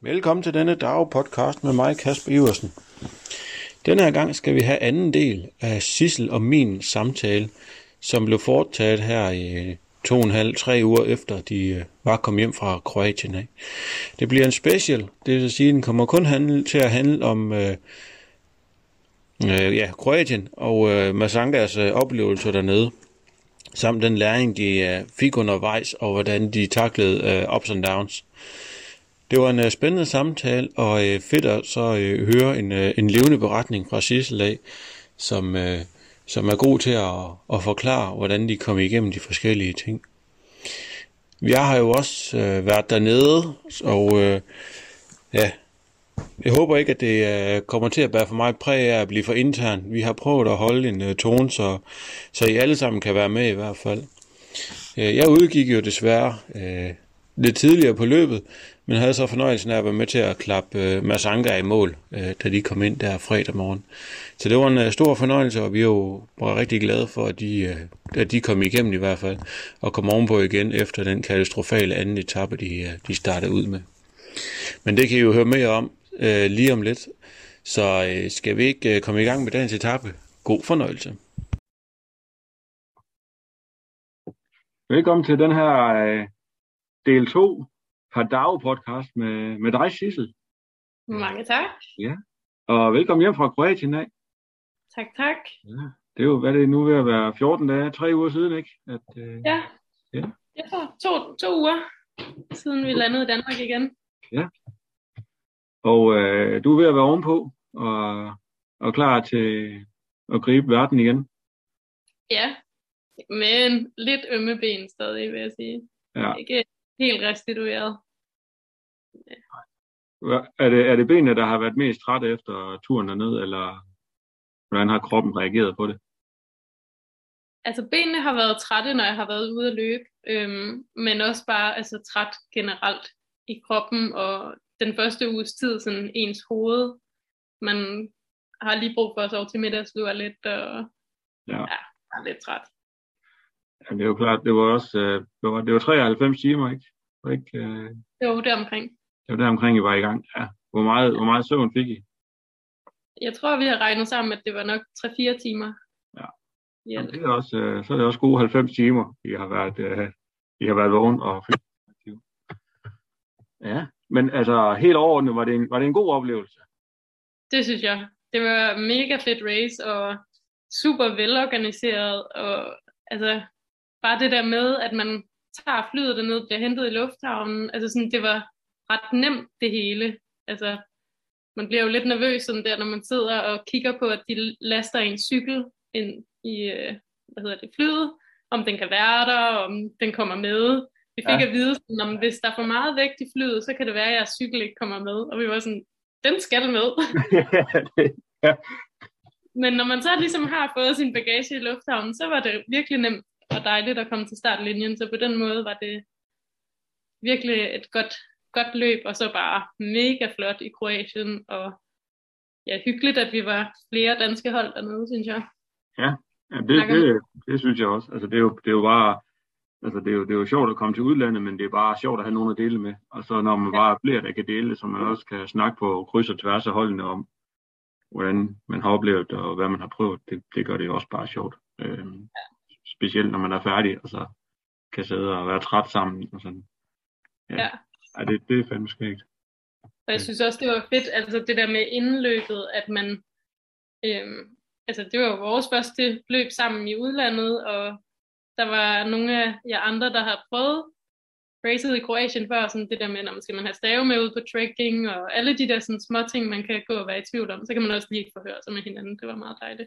Velkommen til denne DAO-podcast med mig, Kasper Iversen. Denne her gang skal vi have anden del af Sissel og min samtale, som blev foretaget her i 2,5-3 uger efter de var kommet hjem fra Kroatien af. Det bliver en special, det vil sige, at den kommer kun til at handle om Kroatien og Masangas oplevelser dernede, samt den læring, de fik undervejs, og hvordan de taklede ups and downs. Det var en spændende samtale, og fedt at så høre en levende beretning fra Sissel af, som er god til at forklare, hvordan de kom igennem de forskellige ting. Jeg har jo også været dernede, og jeg håber ikke, at det kommer til at bære for mig præg af at blive for intern. Vi har prøvet at holde en tone, så I alle sammen kan være med i hvert fald. Jeg udgik jo desværre lidt tidligere på løbet, men havde så fornøjelsen af at være med til at klappe Masanga i mål, da de kom ind der fredag morgen. Så det var en stor fornøjelse, og vi var rigtig glade for, at de kom igennem i hvert fald, og kom ovenpå igen efter den katastrofale anden etape, de startede ud med. Men det kan I jo høre mere om lige om lidt. Så skal vi ikke komme i gang med dagens etape? God fornøjelse. Velkommen til den her del 2 fra DAO-podcast med dig, Sissel. Mange tak. Ja. Og velkommen hjem fra Kroatien af. Tak, tak. Ja. Det er jo, hvad det er nu ved at være 14 dage, 3 uger siden, ikke? Ja. Det var 2 uger siden vi landede i Danmark igen. Ja. Og du er ved at være ovenpå og klar til at gribe verden igen. Ja, men lidt ømme ben stadig, vil jeg sige. Ja. Ikke helt restitueret. Er det benene, der har været mest trætte efter turen derned, eller hvordan har kroppen reageret på det? Altså benene har været trætte, når jeg har været ude at løbe, men også bare træt generelt i kroppen, og den første uges tid, sådan ens hoved, man har lige brug for at sove til middagslur lidt, og er lidt træt. Ja, det er jo klart, det var også det var 93 timer, ikke? Det var deromkring. Det var deromkring, I var i gang. Ja. Hvor meget søvn fik I? Jeg tror, vi har regnet sammen, at det var nok 3-4 timer. Ja. Jamen, det er også, så er det også gode 90 timer, I har været vågen og aktiv. Ja, men altså helt overordnet, var det en god oplevelse? Det synes jeg. Det var mega fedt race, og super velorganiseret, og bare det der med, at man tager flyet derned, bliver hentet i lufthavnen, det var ret nemt det hele. Man bliver jo lidt nervøs sådan der, når man sidder og kigger på, at de laster en cykel ind i flyet, om den kan være der, om den kommer med. Vi fik at vide, at hvis der er for meget vægt i flyet, så kan det være, at jeres cykel ikke kommer med. Og vi var sådan, den skal med. Ja. Men når man så ligesom har fået sin bagage i lufthavnen, så var det virkelig nemt og dejligt at komme til startlinjen. Så på den måde var det virkelig et godt løb, og så bare mega flot i Kroatien. Og ja, hyggeligt, at vi var flere danske hold dernede, synes jeg. Ja, det synes jeg også. Altså, det er jo bare... Altså, det er jo sjovt at komme til udlandet, men det er bare sjovt at have nogen at dele med. Og så når man bare er flere, der kan dele det, så man også kan snakke på kryds og tværs af holdene om, hvordan man har oplevet det, og hvad man har prøvet. Det gør det jo også bare sjovt. Specielt når man er færdig, og så kan sidde og være træt sammen. Og sådan. Ja, det er fandme skægt. Og jeg synes også, det var fedt, det der med indløbet, at man... det var jo vores første løb sammen i udlandet, og der var nogle af jer andre, der har prøvet racet i Kroatien før, sådan det der med, når man skal have stave med ud på trekking, og alle de der sådan, små ting, man kan gå og være i tvivl om, så kan man også lige forhøre sig med hinanden. Det var meget dejligt.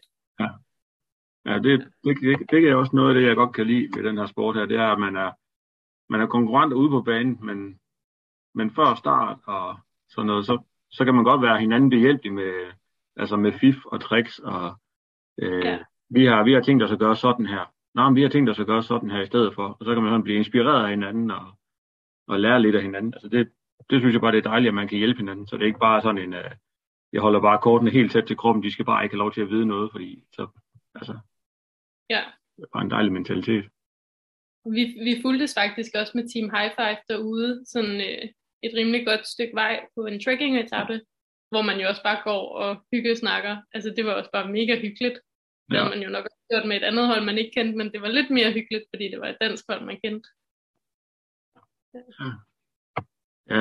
Ja, det er også noget af det, jeg godt kan lide ved den her sport her, det er, at man er konkurrenter ude på banen, men før start og sådan noget, så kan man godt være hinanden behjælpelig med fif og tricks, og vi har tænkt os at gøre sådan her. Vi har tænkt os at gøre sådan her i stedet for, og så kan man sådan blive inspireret af hinanden og lære lidt af hinanden. Altså det synes jeg bare, det er dejligt, at man kan hjælpe hinanden, så det er ikke bare sådan jeg holder bare kortene helt tæt til kroppen, de skal bare ikke have lov til at vide noget, fordi så, det er bare en dejlig mentalitet. Vi fulgtes faktisk også med Team High Five derude, sådan et rimelig godt stykke vej på en trekking-etape, hvor man jo også bare går og hyggesnakker. Altså det var også bare mega hyggeligt. Det havde man jo nok også gjort med et andet hold, man ikke kendte, men det var lidt mere hyggeligt, fordi det var et dansk hold, man kendte. Ja.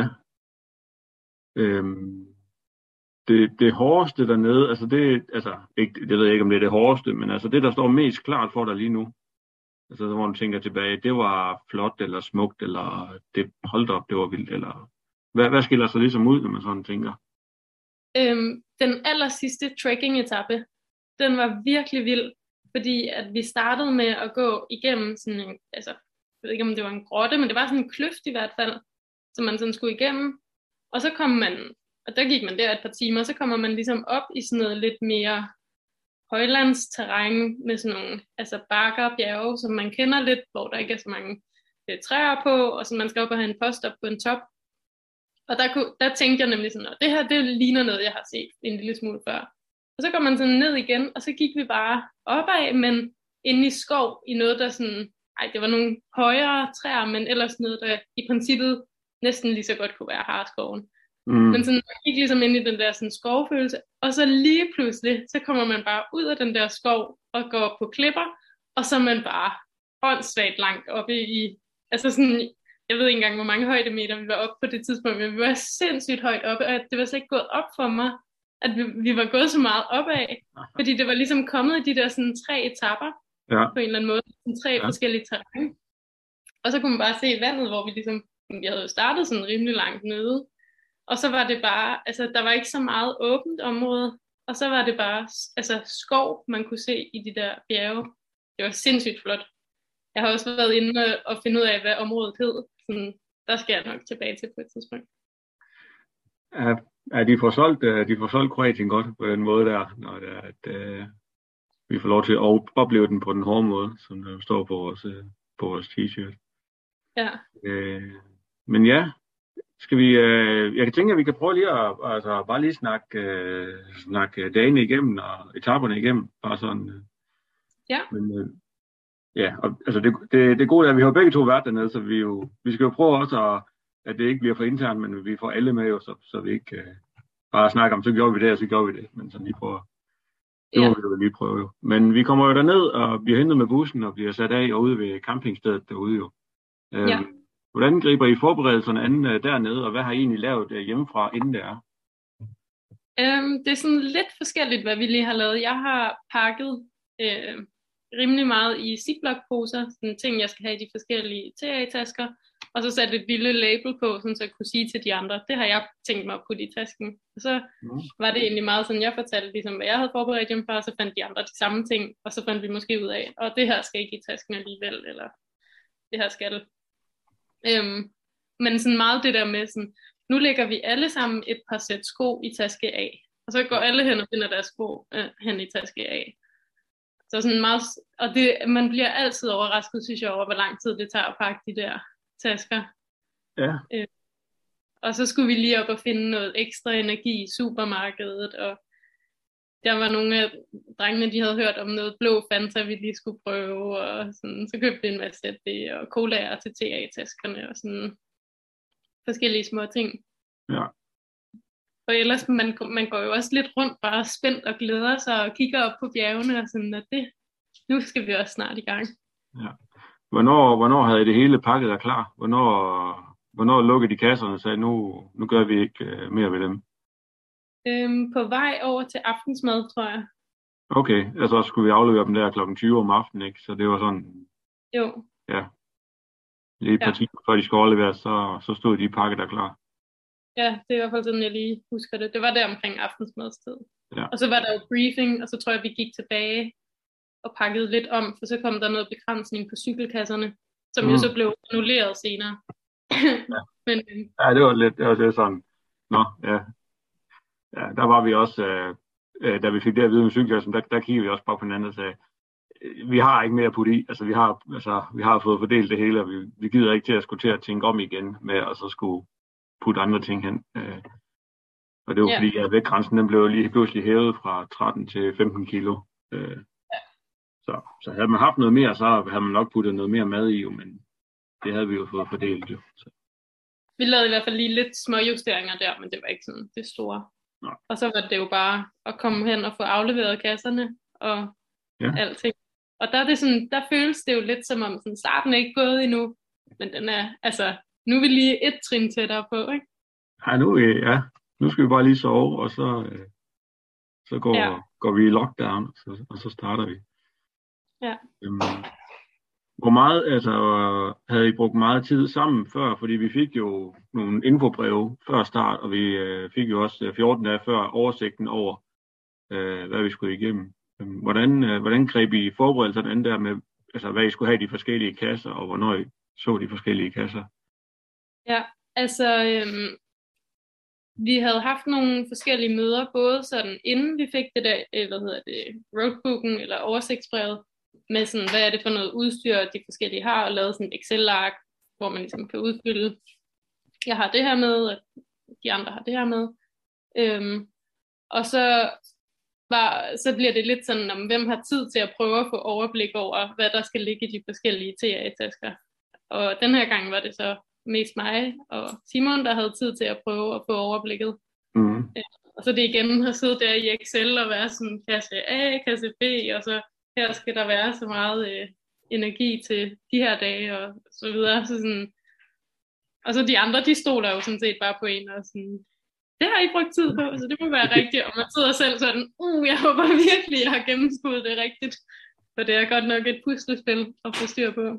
Det hårdeste dernede, altså det ved jeg ikke, om det er det hårdeste, men altså det, der står mest klart for dig lige nu, altså hvor du tænker tilbage, det var flot eller smukt, eller det holdt op, det var vildt, eller hvad skiller sig ligesom ud, når man sådan tænker? Den aller sidste trekking-etape, den var virkelig vild, fordi at vi startede med at gå igennem sådan en, altså, jeg ved ikke om det var en grotte, men det var sådan en kløft i hvert fald, som man sådan skulle igennem, og så kom man, og der gik man der et par timer, så kommer man ligesom op i sådan noget lidt mere højlandsterræn med sådan nogle bakker, bjerge, som man kender lidt, hvor der ikke er så mange træer på, og så man skal op og have en post op på en top. Og der tænkte jeg nemlig sådan, det her, det ligner noget, jeg har set en lille smule før. Og så går man sådan ned igen, og så gik vi bare opad, men inde i skov, i noget, der sådan, det var nogle højere træer, men ellers noget, der i princippet næsten lige så godt kunne være Hareskoven. Men sådan, man gik ligesom ind i den der sådan skovfølelse, og så lige pludselig, så kommer man bare ud af den der skov, og går på klipper, og så er man bare åndssvagt langt oppe i, altså sådan, jeg ved ikke engang, hvor mange højdemeter vi var oppe på det tidspunkt, men vi var sindssygt højt oppe, og det var slet ikke gået op for mig, at vi var gået så meget opad, fordi det var ligesom kommet i de der sådan 3 etaper, på en eller anden måde, sådan 3 forskellige terræn. Og så kunne man bare se vandet, hvor vi havde jo startet sådan rimelig langt nede, og så var det bare, der var ikke så meget åbent område, og så var det bare, skov, man kunne se i de der bjerge. Det var sindssygt flot. Jeg har også været inde og finde ud af, hvad området hed. Sådan, der skal jeg nok tilbage til på et tidspunkt. Ja, de får solgt Kroatien godt på den måde der, når det er, at vi får lov til at opleve den på den hårde måde, som der står på vores t-shirt. Ja. Men ja, skal vi, jeg kan tænke, at vi kan prøve lige at bare lige snakke dagene igennem og etaperne igennem, bare sådan. Ja. Men, ja, og altså det gode er, at vi har begge to været dernede, så vi skal jo prøve også, at det ikke bliver for internt, men vi får alle med jo, så vi ikke bare snakker om, så gjorde vi det, og så gjorde vi det, men sådan lige prøver. Det må vi jo lige prøve jo. Men vi kommer jo derned og bliver hentet med bussen og bliver sat af og ude ved campingstedet derude jo. Ja. Hvordan griber I forberedelserne an dernede, og hvad har I egentlig lavet hjemmefra, inden det er? Det er sådan lidt forskelligt, hvad vi lige har lavet. Jeg har pakket rimelig meget i ziplock-poser, sådan ting, jeg skal have i de forskellige TA-tasker, og så sat et lille label på, så jeg kunne sige til de andre, det har jeg tænkt mig at putte i tasken. Og så var det egentlig meget sådan, jeg fortalte ligesom, hvad jeg havde forberedt hjemmefra, og så fandt de andre de samme ting, og så fandt vi måske ud af, og det her skal ikke i tasken alligevel, eller det her skal. Men sådan meget det der med sådan, nu lægger vi alle sammen et par sæt sko i taske A, og så går alle hen og finder deres sko hen i taske A. Så sådan meget, og man bliver altid overrasket, synes jeg, over hvor lang tid det tager at pakke de der tasker. Ja. Og så skulle vi lige op og finde noget ekstra energi i supermarkedet, og der var nogle af drengene, de havde hørt om noget blå Fanta, vi lige skulle prøve, og sådan, så købte vi en masse af det, og colaer til TA-taskerne, og sådan forskellige små ting. Ja. Og ellers, man går jo også lidt rundt, bare spændt og glæder sig, og kigger op på bjergene, og sådan, at nu skal vi også snart i gang. Ja. Hvornår havde I det hele pakket og klar? Hvornår lukkede de kasserne og sagde, nu gør vi ikke mere ved dem? På vej over til aftensmad, tror jeg. Okay, altså skulle vi aflevere dem der klokken 20 om aftenen, ikke? Så det var sådan... Jo. Ja. Lige et par timer før de skulle afleveres, så stod de pakket og klar. Ja, det er i hvert fald sådan, jeg lige husker det. Det var der omkring aftensmadstid. Ja. Og så var der jo briefing, og så tror jeg, vi gik tilbage og pakkede lidt om, for så kom der noget begrænsning på cykelkasserne, som jo så blev annulleret senere. Ja. Men, ja, det var lidt sådan. Nå, ja. Ja, der var vi også, da vi fik det at vide med cykelkassen, der kiggede vi også bare på hinanden og sagde, vi har ikke mere at putte i. Altså, vi har fået fordelt det hele, og vi gider ikke til at skulle til at tænke om igen med, at så skulle putte andre ting hen. Og det var fordi, at vægtgrænsen den blev lige pludselig hævet fra 13 til 15 kilo. Så havde man haft noget mere, så havde man nok puttet noget mere mad i, men det havde vi jo fået fordelt. Jo. Så. Vi lavede i hvert fald lige lidt små justeringer der, men det var ikke sådan det store. Nej. Og så var det jo bare at komme hen og få afleveret kasserne og Ja. alting. Og der er det sådan, der føles det jo lidt som om sådan, starten er ikke gået endnu, men den er, altså, nu er vi lige et trin tættere på, ikke? Ja, nu skal vi bare lige sove, og så går vi i lockdown, og så starter vi. Ja. Hvor meget, altså, havde I brugt meget tid sammen før? Fordi vi fik jo nogle infobreve før start, og vi fik jo også 14 dage før oversigten over, hvad vi skulle igennem. Hvordan greb I forberedelserne an der med, altså hvad I skulle have i de forskellige kasser, og hvornår I så de forskellige kasser? Ja, altså, vi havde haft nogle forskellige møder, både sådan inden vi fik det der, roadbooken eller oversigtsbrevet, med sådan, hvad er det for noget udstyr, de forskellige har, og lavet sådan et Excel-ark, hvor man ligesom kan udfylde, jeg har det her med, og de andre har det her med. Og så bliver det lidt sådan, om hvem har tid til at prøve at få overblik over, hvad der skal ligge i de forskellige TA-tasker. Og den her gang var det så mest mig og Simon, der havde tid til at prøve at få overblikket. Mm. Og så det igen at sidde der i Excel og være sådan kasse A, kasse B, og så her skal der være så meget energi til de her dage og så videre. Så sådan, og så de andre, de stoler jo sådan set bare på en og sådan, det har I brugt tid på, så det må være rigtigt. Og man sidder selv sådan, jeg håber virkelig, jeg har gennemskuddet det rigtigt. For det er godt nok et puslespil at få styr på.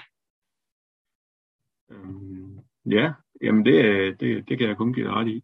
Ja, jamen det kan jeg kun give dig ret i.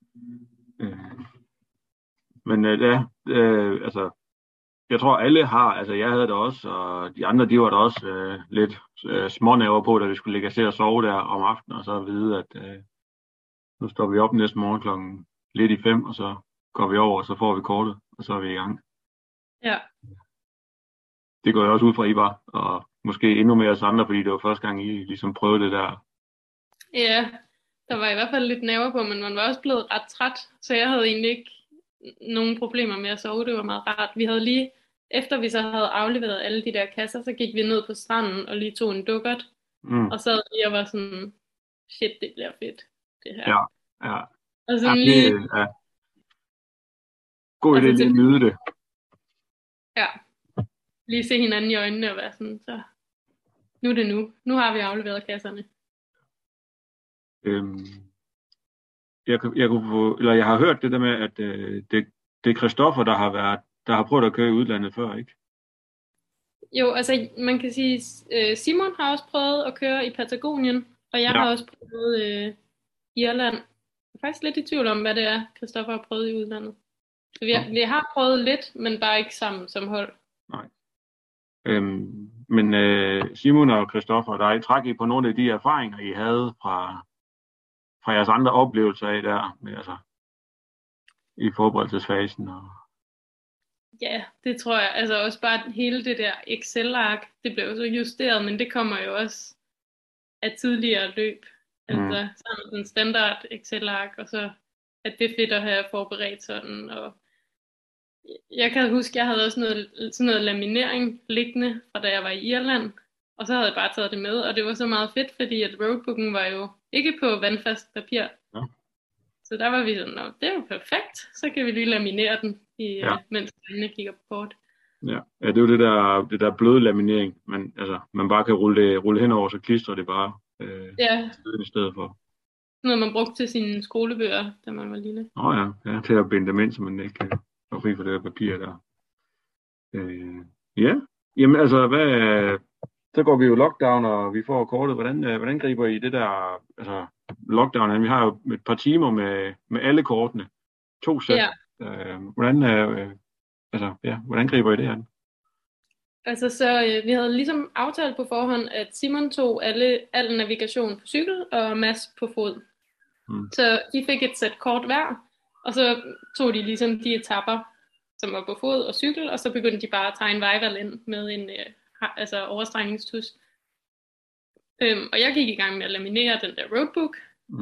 Men altså, jeg tror alle har, altså jeg havde det også, og de andre, de var da også lidt smånæver på, da vi skulle ligge og se og sove der om aftenen, og så vide, at nu står vi op næste morgen klokken lidt i 5, og så går vi over, og så får vi kortet, og så er vi i gang. Ja. Det går jeg også ud fra, I var, og måske endnu mere os andre, fordi det var første gang, I ligesom prøvede det der. Ja, der var i hvert fald lidt nerver på, men man var også blevet ret træt, så jeg havde egentlig ikke nogen problemer med at sove. Det var meget rart. Vi havde lige, efter vi så havde afleveret alle de der kasser, så gik vi ned på stranden og lige tog en dukkert, og så jeg var sådan, shit, det bliver fedt, det her. Ja. Og sådan lige... Ja. God idé lige at nyde det. Ja. Lige se hinanden i øjnene og være sådan, så nu er det nu. Nu har vi afleveret kasserne. Jeg har hørt det der med, at det er Christoffer, der har prøvet at køre i udlandet før, ikke? Jo, altså man kan sige, Simon har også prøvet at køre i Patagonien, og jeg har også prøvet Irland. Jeg er faktisk lidt i tvivl om, hvad det er, Christoffer har prøvet i udlandet. Så vi har prøvet lidt, men bare ikke sammen som hold. Nej. Men Simon og Christoffer, der træk I på nogle af de erfaringer, I havde fra jeres andre oplevelser af der, med, altså, i forberedelsesfasen? Ja, det tror jeg. Altså også bare hele det der Excel-ark, det blev jo så justeret, men det kommer jo også af tidligere løb. Altså sådan en standard Excel-ark, og så at det er fedt at have forberedt sådan. Og jeg kan huske, jeg havde også sådan noget laminering liggende fra da jeg var i Irland, og så havde jeg bare taget det med, og det var så meget fedt, fordi at roadbooken var jo ikke på vandfast papir. Ja. Så der var vi sådan, det er jo perfekt, så kan vi lige laminere den, mens vi kigger på kort. Ja, det er jo det der bløde laminering, man bare kan rulle henover, så klistrer det bare i stedet for. Noget man brugte til sine skolebøger, da man var lille. Ja, til at binde dem ind, så man ikke kan få fri for det der papir der. Ja, jamen altså, så går vi jo lockdown, og vi får kortet. Hvordan griber I det der lockdown? Vi har jo et par timer med alle kortene. 2 sæt. Ja. Hvordan griber I det her? Altså så vi havde ligesom aftalt på forhånd, at Simon tog al navigation på cykel, og Mads på fod. Så de fik et sæt kort hver, og så tog de ligesom de etapper, som var på fod og cykel, og så begyndte de bare at tegne vejvalg ind med en overstregningstus. Og jeg gik i gang med at laminere den der roadbook.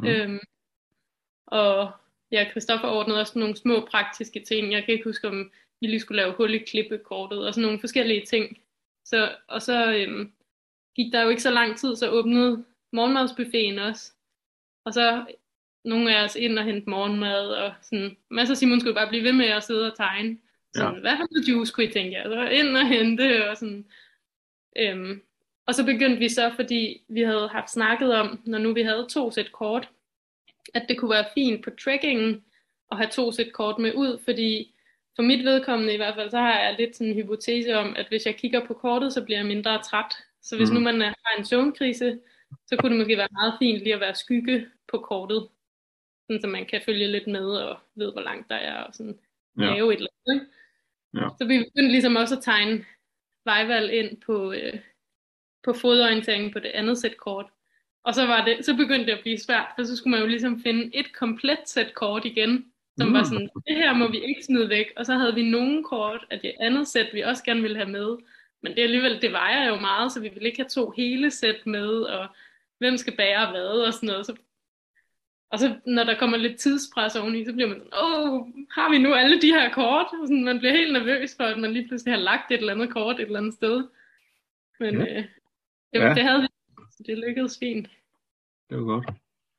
Og Christoffer ordnede også nogle små praktiske ting. Jeg kan ikke huske, om vi lige skulle lave hul i klippekortet og sådan nogle forskellige ting. Så gik der jo ikke så lang tid, så åbnede morgenmadsbuffeten også. Og så nogle af os ind og hente morgenmad, og sådan, Mads og Simon skulle bare blive ved med at sidde og tegne. Sådan, hvad for noget juice kunne I tænke jer? Så ind og hente, og sådan. Og så begyndte vi så, fordi vi havde haft snakket om, når nu vi havde 2 sæt kort, at det kunne være fint på trekkingen at have 2 sæt kort med ud, fordi for mit vedkommende i hvert fald, så har jeg lidt sådan en hypotese om, at hvis jeg kigger på kortet, så bliver jeg mindre træt. Så hvis nu man har en søvnkrise, så kunne det måske være meget fint lige at være skygge på kortet, sådan så man kan følge lidt med og ved, hvor langt der er, og sådan lave et eller andet. Ja. Så vi begyndte ligesom også at tegne vejvalg ind på fodorienteringen på det andet sæt kort. Og så begyndte det at blive svært, for så skulle man jo ligesom finde et komplet sæt kort igen, som var sådan, det her må vi ikke smide væk. Og så havde vi nogle kort af det andet sæt, vi også gerne ville have med. Men det vejer jo meget, så vi ville ikke have 2 hele sæt med, og hvem skal bære hvad og sådan noget. Og så når der kommer lidt tidspres oveni, så bliver man sådan, har vi nu alle de her kort? Og sådan, man bliver helt nervøs for, at man lige pludselig har lagt et eller andet kort et eller andet sted. Men det havde vi, så det lykkedes fint. Det var godt.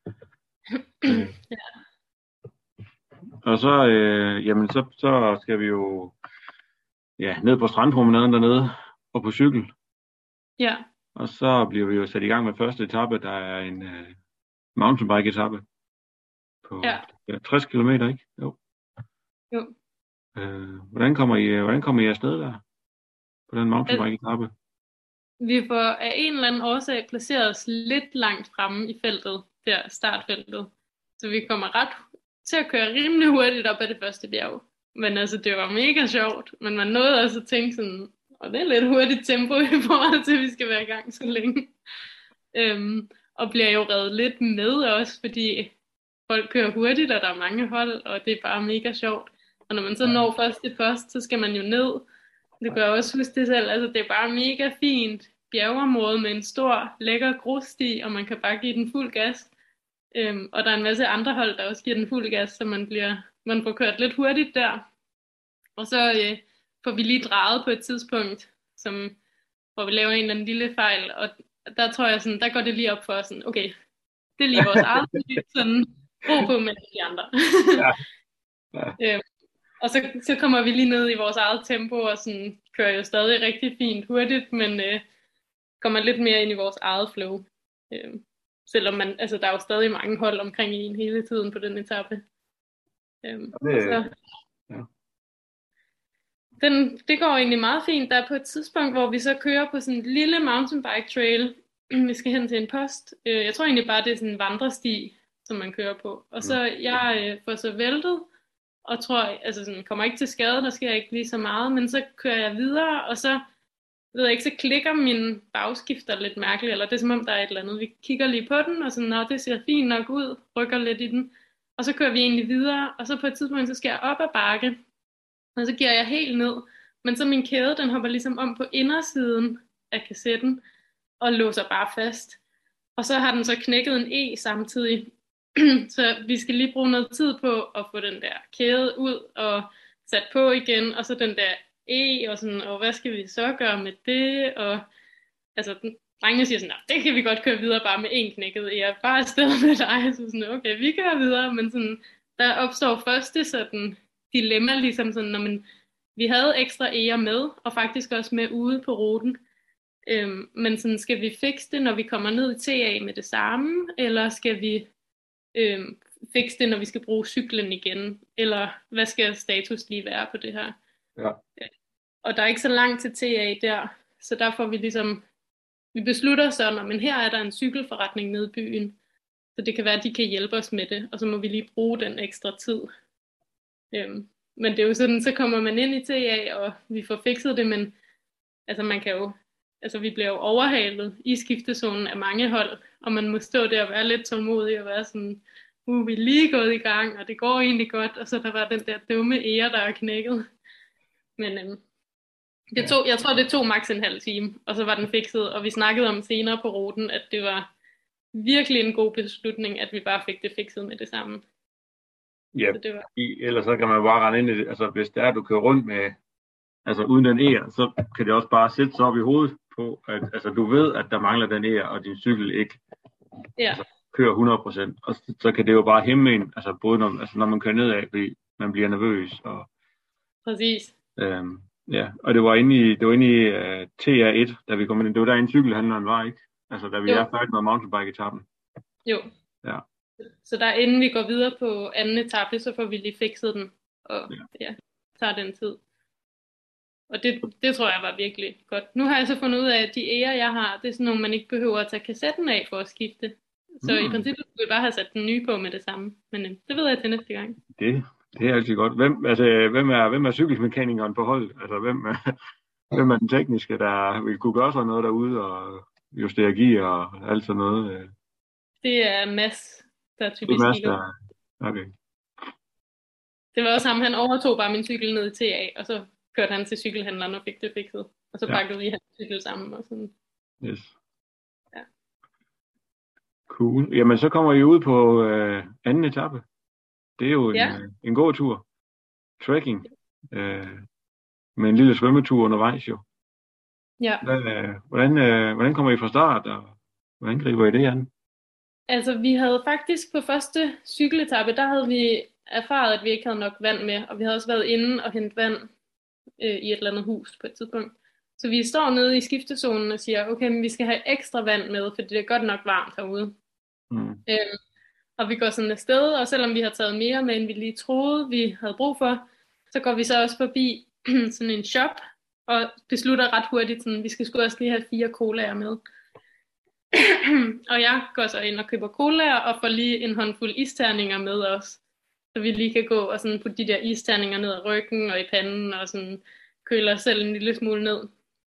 Og så, jamen så skal vi jo ned på strandpromenaden dernede og på cykel. Ja. Og så bliver vi jo sat i gang med første etape, der er en mountainbike etape på 60 km, ikke? Jo. Hvordan kommer I afsted der på den mountainbike etape? Vi får af en eller anden årsag placeret os lidt langt fremme i feltet, der startfeltet. Så vi kommer ret til at køre rimelig hurtigt op ad det første bjerg. Men altså, det var mega sjovt. Men man nåede også at tænke sådan, det er lidt hurtigt tempo i forhold til, at vi skal være i gang så længe. Og bliver jo reddet lidt med også, fordi folk kører hurtigt, og der er mange hold, og det er bare mega sjovt. Og når man så når først til post, så skal man jo ned. Det kan jeg også huske det selv. Altså, det er bare mega fint bjergeområde med en stor, lækker grussti, og man kan bare give den fuld gas. Og der er en masse andre hold, der også giver den fuld gas, så man får kørt lidt hurtigt der. Og så får vi lige drejet på et tidspunkt, hvor vi laver en eller anden lille fejl, og der tror jeg sådan, der går det lige op for os sådan, okay, det er lige vores eget sådan, ro på med de andre. Og så kommer vi lige ned i vores eget tempo, og sådan, kører jo stadig rigtig fint hurtigt, men kommer lidt mere ind i vores eget flow. Selvom der er jo stadig mange hold omkring en hele tiden på den etape. Det går egentlig meget fint. Der er på et tidspunkt, hvor vi så kører på sådan en lille mountainbike trail. Vi skal hen til en post. Jeg tror egentlig bare, det er sådan en vandresti, som man kører på. Og så jeg får så væltet, og tror, kommer ikke til skade, der sker ikke lige så meget, men så kører jeg videre, og så så klikker min bagskifter lidt mærkeligt, eller det er som om, der er et eller andet. Vi kigger lige på den, og sådan, det ser fint nok ud, rykker lidt i den, og så kører vi egentlig videre, og så på et tidspunkt, så skal jeg op ad bakke, og så giver jeg helt ned, men så min kæde, den hopper ligesom om på indersiden af kassetten, og låser bare fast. Og så har den så knækket en E samtidig, så vi skal lige bruge noget tid på at få den der kæde ud og sat på igen, og så den der E, og sådan, og hvad skal vi så gøre med det, og drengene siger sådan, det kan vi godt køre videre bare med en knækket E, jeg er bare afsted med dig, så sådan, okay, vi kører videre, men sådan, der opstår første sådan dilemma, ligesom sådan, når vi havde ekstra E'er med, og faktisk også med ude på ruten, men sådan, skal vi fikse det, når vi kommer ned i TA med det samme, eller skal vi fikse det, når vi skal bruge cyklen igen, eller hvad skal status lige være på det her? Ja. Og der er ikke så langt til TA der, så der får vi beslutter så, men her er der en cykelforretning nede i byen, så det kan være, at de kan hjælpe os med det, og så må vi lige bruge den ekstra tid. Men det er jo sådan, så kommer man ind i TA, og vi får fikset det, men man kan jo, vi bliver jo overhalet i skiftezonen af mange hold, og man må stå der og være lidt tålmodig og være sådan, vi er lige gået i gang, og det går egentlig godt, og så der var den der dumme ære, der er knækket. Men jeg tror, det tog maks en halv time, og så var den fikset, og vi snakkede om senere på ruten, at det var virkelig en god beslutning, at vi bare fik det fikset med det samme. Ja, ellers så kan man bare rende ind i det, hvis det er, du kører rundt med, uden den ære, så kan det også bare sætte sig op i hovedet på, at du ved, at der mangler den ære, og din cykel ikke kører 100%, og så kan det jo bare hæmme en, altså både når man kører nedad, fordi man bliver nervøs, og Præcis. ja, og det var inde i TA1, da vi kom ind. Det var derinde cykelhandleren var, ikke? Altså, da vi er færdige med mountainbike-etappen. Jo. Ja. Så der inden vi går videre på anden etape, så får vi lige fikset den, og tager den tid. Og det tror jeg var virkelig godt. Nu har jeg så fundet ud af, at de ærer, jeg har, det er sådan nogle, man ikke behøver at tage kassetten af for at skifte. Så i princippet skulle vi bare have sat den nye på med det samme. Men det ved jeg til næste gang. Det er altid godt. Hvem er cykelmekanikeren på holdet? Altså, hvem er den tekniske, der vil kunne gøre sådan noget derude og justere gear og alt sådan noget? Det er Mads, der er typisk kigger. Okay. Det var også ham, han overtog bare min cykel ned i TA, og så kørte han til cykelhandleren og fik det fikset. Og så pakkede vi hans cykel sammen og sådan. Yes. Ja. Cool. Jamen, så kommer I ud på anden etape. Det er jo en god tur. Trekking. Med en lille svømmetur undervejs jo. Ja. Hvordan kommer I fra start, og hvordan griber I det an? Altså, vi havde faktisk på første cykeletappe, der havde vi erfaret, at vi ikke havde nok vand med, og vi havde også været inde og hentet vand i et eller andet hus på et tidspunkt. Så vi står nede i skiftezonen og siger, okay, men vi skal have ekstra vand med, for det er godt nok varmt herude. Og vi går sådan afsted, og selvom vi har taget mere med, end vi lige troede, vi havde brug for, så går vi så også forbi sådan en shop, og beslutter ret hurtigt, sådan, vi skal sgu også lige have 4 colaer med. Og jeg går så ind og køber colaer, og får lige en håndfuld isterninger med os. Så vi lige kan gå og sådan putte de der isterninger ned ad ryggen og i panden, og sådan køle os selv en lille smule ned.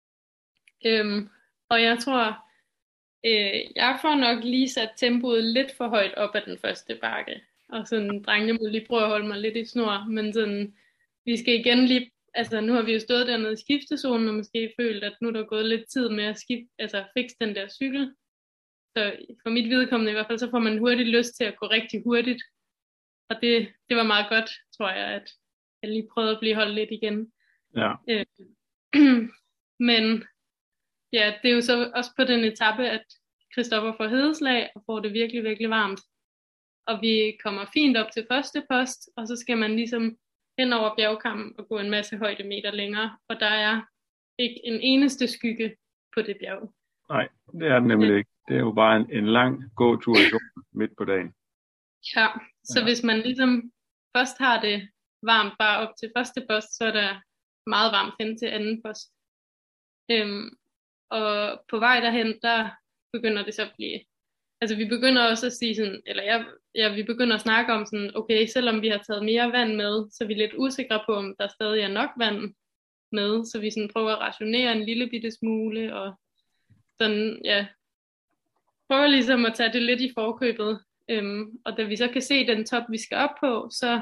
Og jeg tror, jeg får nok lige sat tempoet lidt for højt op ad den første bakke. Og sådan, drengene må lige prøve at holde mig lidt i snor, men sådan, vi skal igen lige, altså nu har vi jo stået dernede i skiftezonen, og måske følt, at nu er der gået lidt tid med at fikse den der cykel. Så for mit vedkommende i hvert fald, så får man hurtigt lyst til at gå rigtig hurtigt. Og det var meget godt, tror jeg, at jeg lige prøvede at blive holdt lidt igen. Ja. Men ja, det er jo så også på den etape, at Christoffer får hedeslag og får det virkelig, virkelig varmt. Og vi kommer fint op til første post, og så skal man ligesom hen over bjergkammen og gå en masse højdemeter længere. Og der er ikke en eneste skygge på det bjerg. Nej, det er det nemlig ikke. Det er jo bare en lang gåtur i solen midt på dagen. Ja, så hvis man ligesom først har det varmt bare op til første post, så er der meget varmt hen til anden post. Og på vej derhen, der begynder det så at blive, altså vi begynder også at sige sådan, eller vi begynder at snakke om sådan, okay, selvom vi har taget mere vand med, så er vi lidt usikre på, om der stadig er nok vand med, så vi sådan prøver at rationere en lille bitte smule, og sådan, ja, prøver ligesom at tage det lidt i forkøbet. Og da vi så kan se den top, vi skal op på, så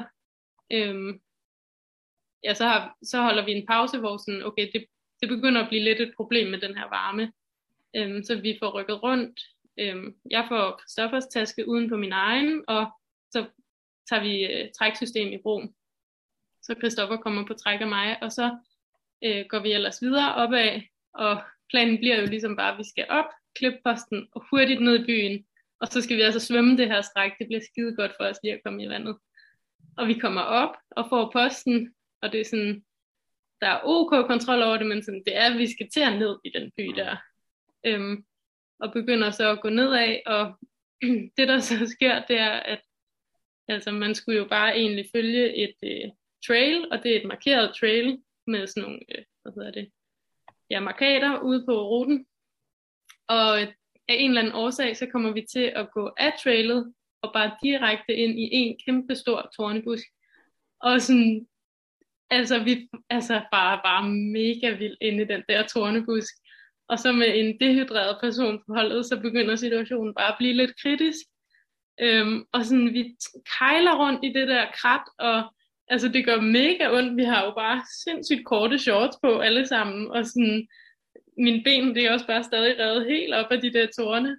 så holder vi en pause, hvor sådan, okay, det begynder at blive lidt et problem med den her varme. Så vi får rykket rundt. Jeg får Christoffers taske uden på min egen, og så tager vi træksystem i brug. Så Christoffer kommer på træk af mig, og så går vi ellers videre opad, og planen bliver jo ligesom bare, at vi skal op, klippe posten og hurtigt ned i byen. Og så skal vi altså svømme det her stræk. Det bliver skide godt for os lige at komme i vandet. Og vi kommer op og får posten, og det er sådan, der er OK kontrol over det, men sådan, det er, at vi skal til at ned i den by der. Og begynder så at gå nedad, og det der så sker, det er, at altså, man skulle jo bare egentlig følge et trail, og det er et markeret trail med sådan nogle, markader ude på ruten. Og af en eller anden årsag, så kommer vi til at gå af trailet, og bare direkte ind i en kæmpe stor tornebusk. Og sådan, vi bare mega vildt inde i den der tornebusk. Og så med en dehydreret person på holdet, så begynder situationen bare at blive lidt kritisk. Og sådan, vi kejler rundt i det der krat, og altså, det gør mega ondt. Vi har jo bare sindssygt korte shorts på alle sammen, og sådan, mine ben, det er også bare stadig revet helt op af de der tårne.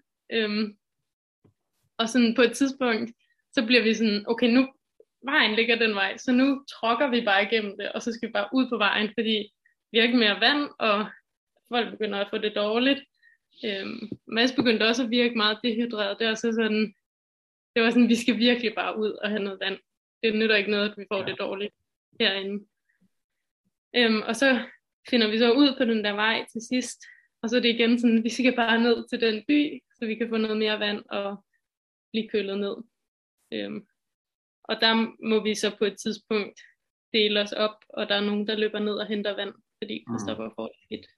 Og sådan på et tidspunkt, så bliver vi sådan, okay, nu vejen ligger den vej, så nu tråkker vi bare igennem det, og så skal vi bare ud på vejen, fordi vi har ikke mere vand, og folk begynder at få det dårligt. Mads begyndte også at virke meget dehydreret. Det er også sådan, det var sådan, vi skal virkelig bare ud og have noget vand. Det nytter ikke noget, at vi får det dårligt herinde. Og så finder vi så ud på den der vej til sidst, og så er det igen sådan, vi skal bare ned til den by, så vi kan få noget mere vand og blive kølet ned. Og der må vi så på et tidspunkt dele os op, og der er nogen, der løber ned og henter vand, fordi Christoffer får det skidt.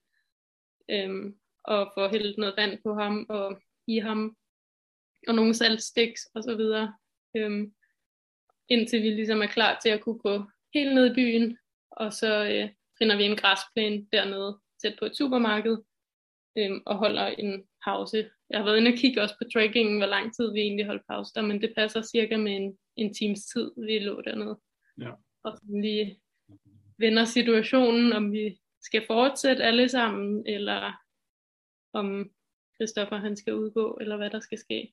Og får hældt noget vand på ham og i ham, og nogle saltstiks og så videre, indtil vi ligesom er klar til at kunne gå helt ned i byen, og så finder vi en græsplæne dernede, tæt på et supermarked, og holder en pause. Jeg har været inde og kigge også på trackingen, hvor lang tid vi egentlig holdt pause der, men det passer cirka med en times tid, vi lå dernede. Ja. Og så lige vender situationen, om vi skal fortsætte alle sammen, eller om Christoffer han skal udgå, eller hvad der skal ske.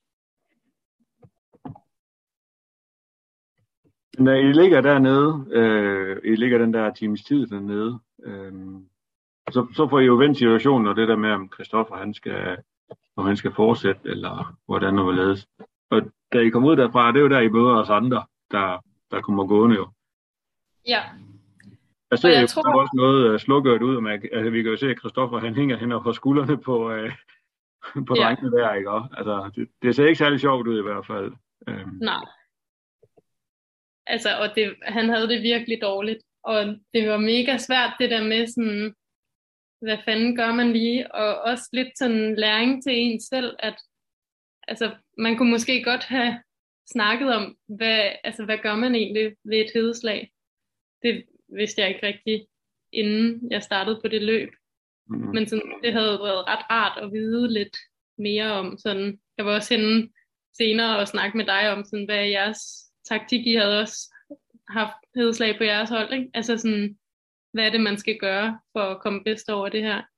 Når I ligger dernede, I ligger den der times tid dernede, så får I jo vendt situationen, og det der med, om Christoffer han skal fortsætte, eller hvordan og hvorledes. Og da I kommer ud derfra, det er jo der, I møder os andre, der kommer gående jo. Ja. Jeg ser jo tror... også noget slukket ud, altså vi kan jo se, at Christoffer han hænger hen på skuldrene på drengene der, ikke? Altså, det ser ikke særlig sjovt ud i hvert fald. Nej. Altså, og han havde det virkelig dårligt, og det var mega svært det der med sådan, hvad fanden gør man lige, og også lidt sådan læring til en selv, at altså, man kunne måske godt have snakket om, hvad gør man egentlig ved et hedeslag. Det vidste jeg ikke rigtig, inden jeg startede på det løb. Men sådan, det havde været ret rart at vide lidt mere om. Sådan, jeg var også henne senere og snakke med dig om, sådan, hvad er jeres taktik. I havde også haft hedeslag på jeres hold, ikke? Altså sådan, hvad er det, man skal gøre for at komme bedst over det her.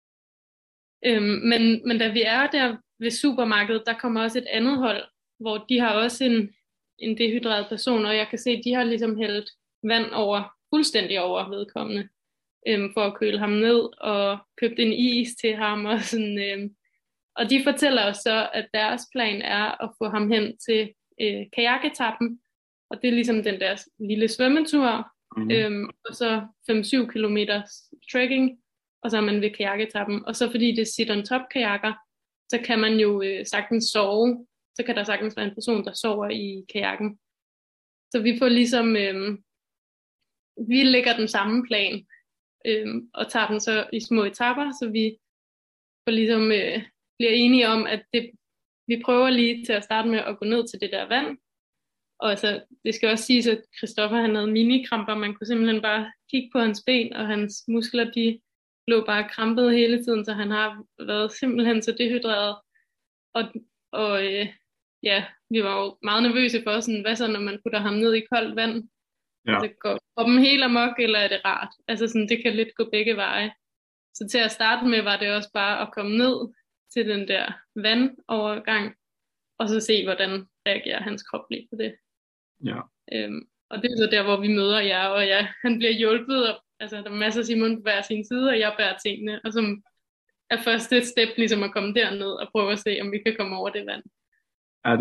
Men da vi er der ved supermarkedet, der kommer også et andet hold, hvor de har også en dehydreret person, og jeg kan se, at de har ligesom hældt vand fuldstændig over vedkommende, for at køle ham ned, og købt en is til ham, og sådan, og de fortæller os så, at deres plan er at få ham hen til kajaketappen, og det er ligesom den der lille svømmetur, og så 5-7 kilometers trekking, og så er man ved kajaketappen, og så fordi det er sit-on-top kajakker, så kan man jo sagtens sove, så kan der sagtens være en person, der sover i kajakken. Så vi får ligesom, vi lægger den samme plan, og tager den så i små etaper, så vi får ligesom, bliver enige om, at vi prøver lige til at starte med at gå ned til det der vand. Og altså, det skal også siges, at Christoffer han havde minikramper. Man kunne simpelthen bare kigge på hans ben, og hans muskler, de lå bare krampet hele tiden, så han har været simpelthen så dehydreret. Og vi var jo meget nervøse for, sådan, hvad så, når man putter ham ned i koldt vand? Ja. Altså, går kroppen helt amok, eller er det rart? Altså, sådan, det kan lidt gå begge veje. Så til at starte med, var det også bare at komme ned til den der vandovergang, og så se, hvordan reagerer hans krop lige på det. Ja. Og det er så der, hvor vi møder jer, og han bliver hjulpet, og altså, der er masser af Simon på hver sin side, og jeg bærer tingene, og som er første step ligesom at komme derned og prøve at se, om vi kan komme over det vand. Ja,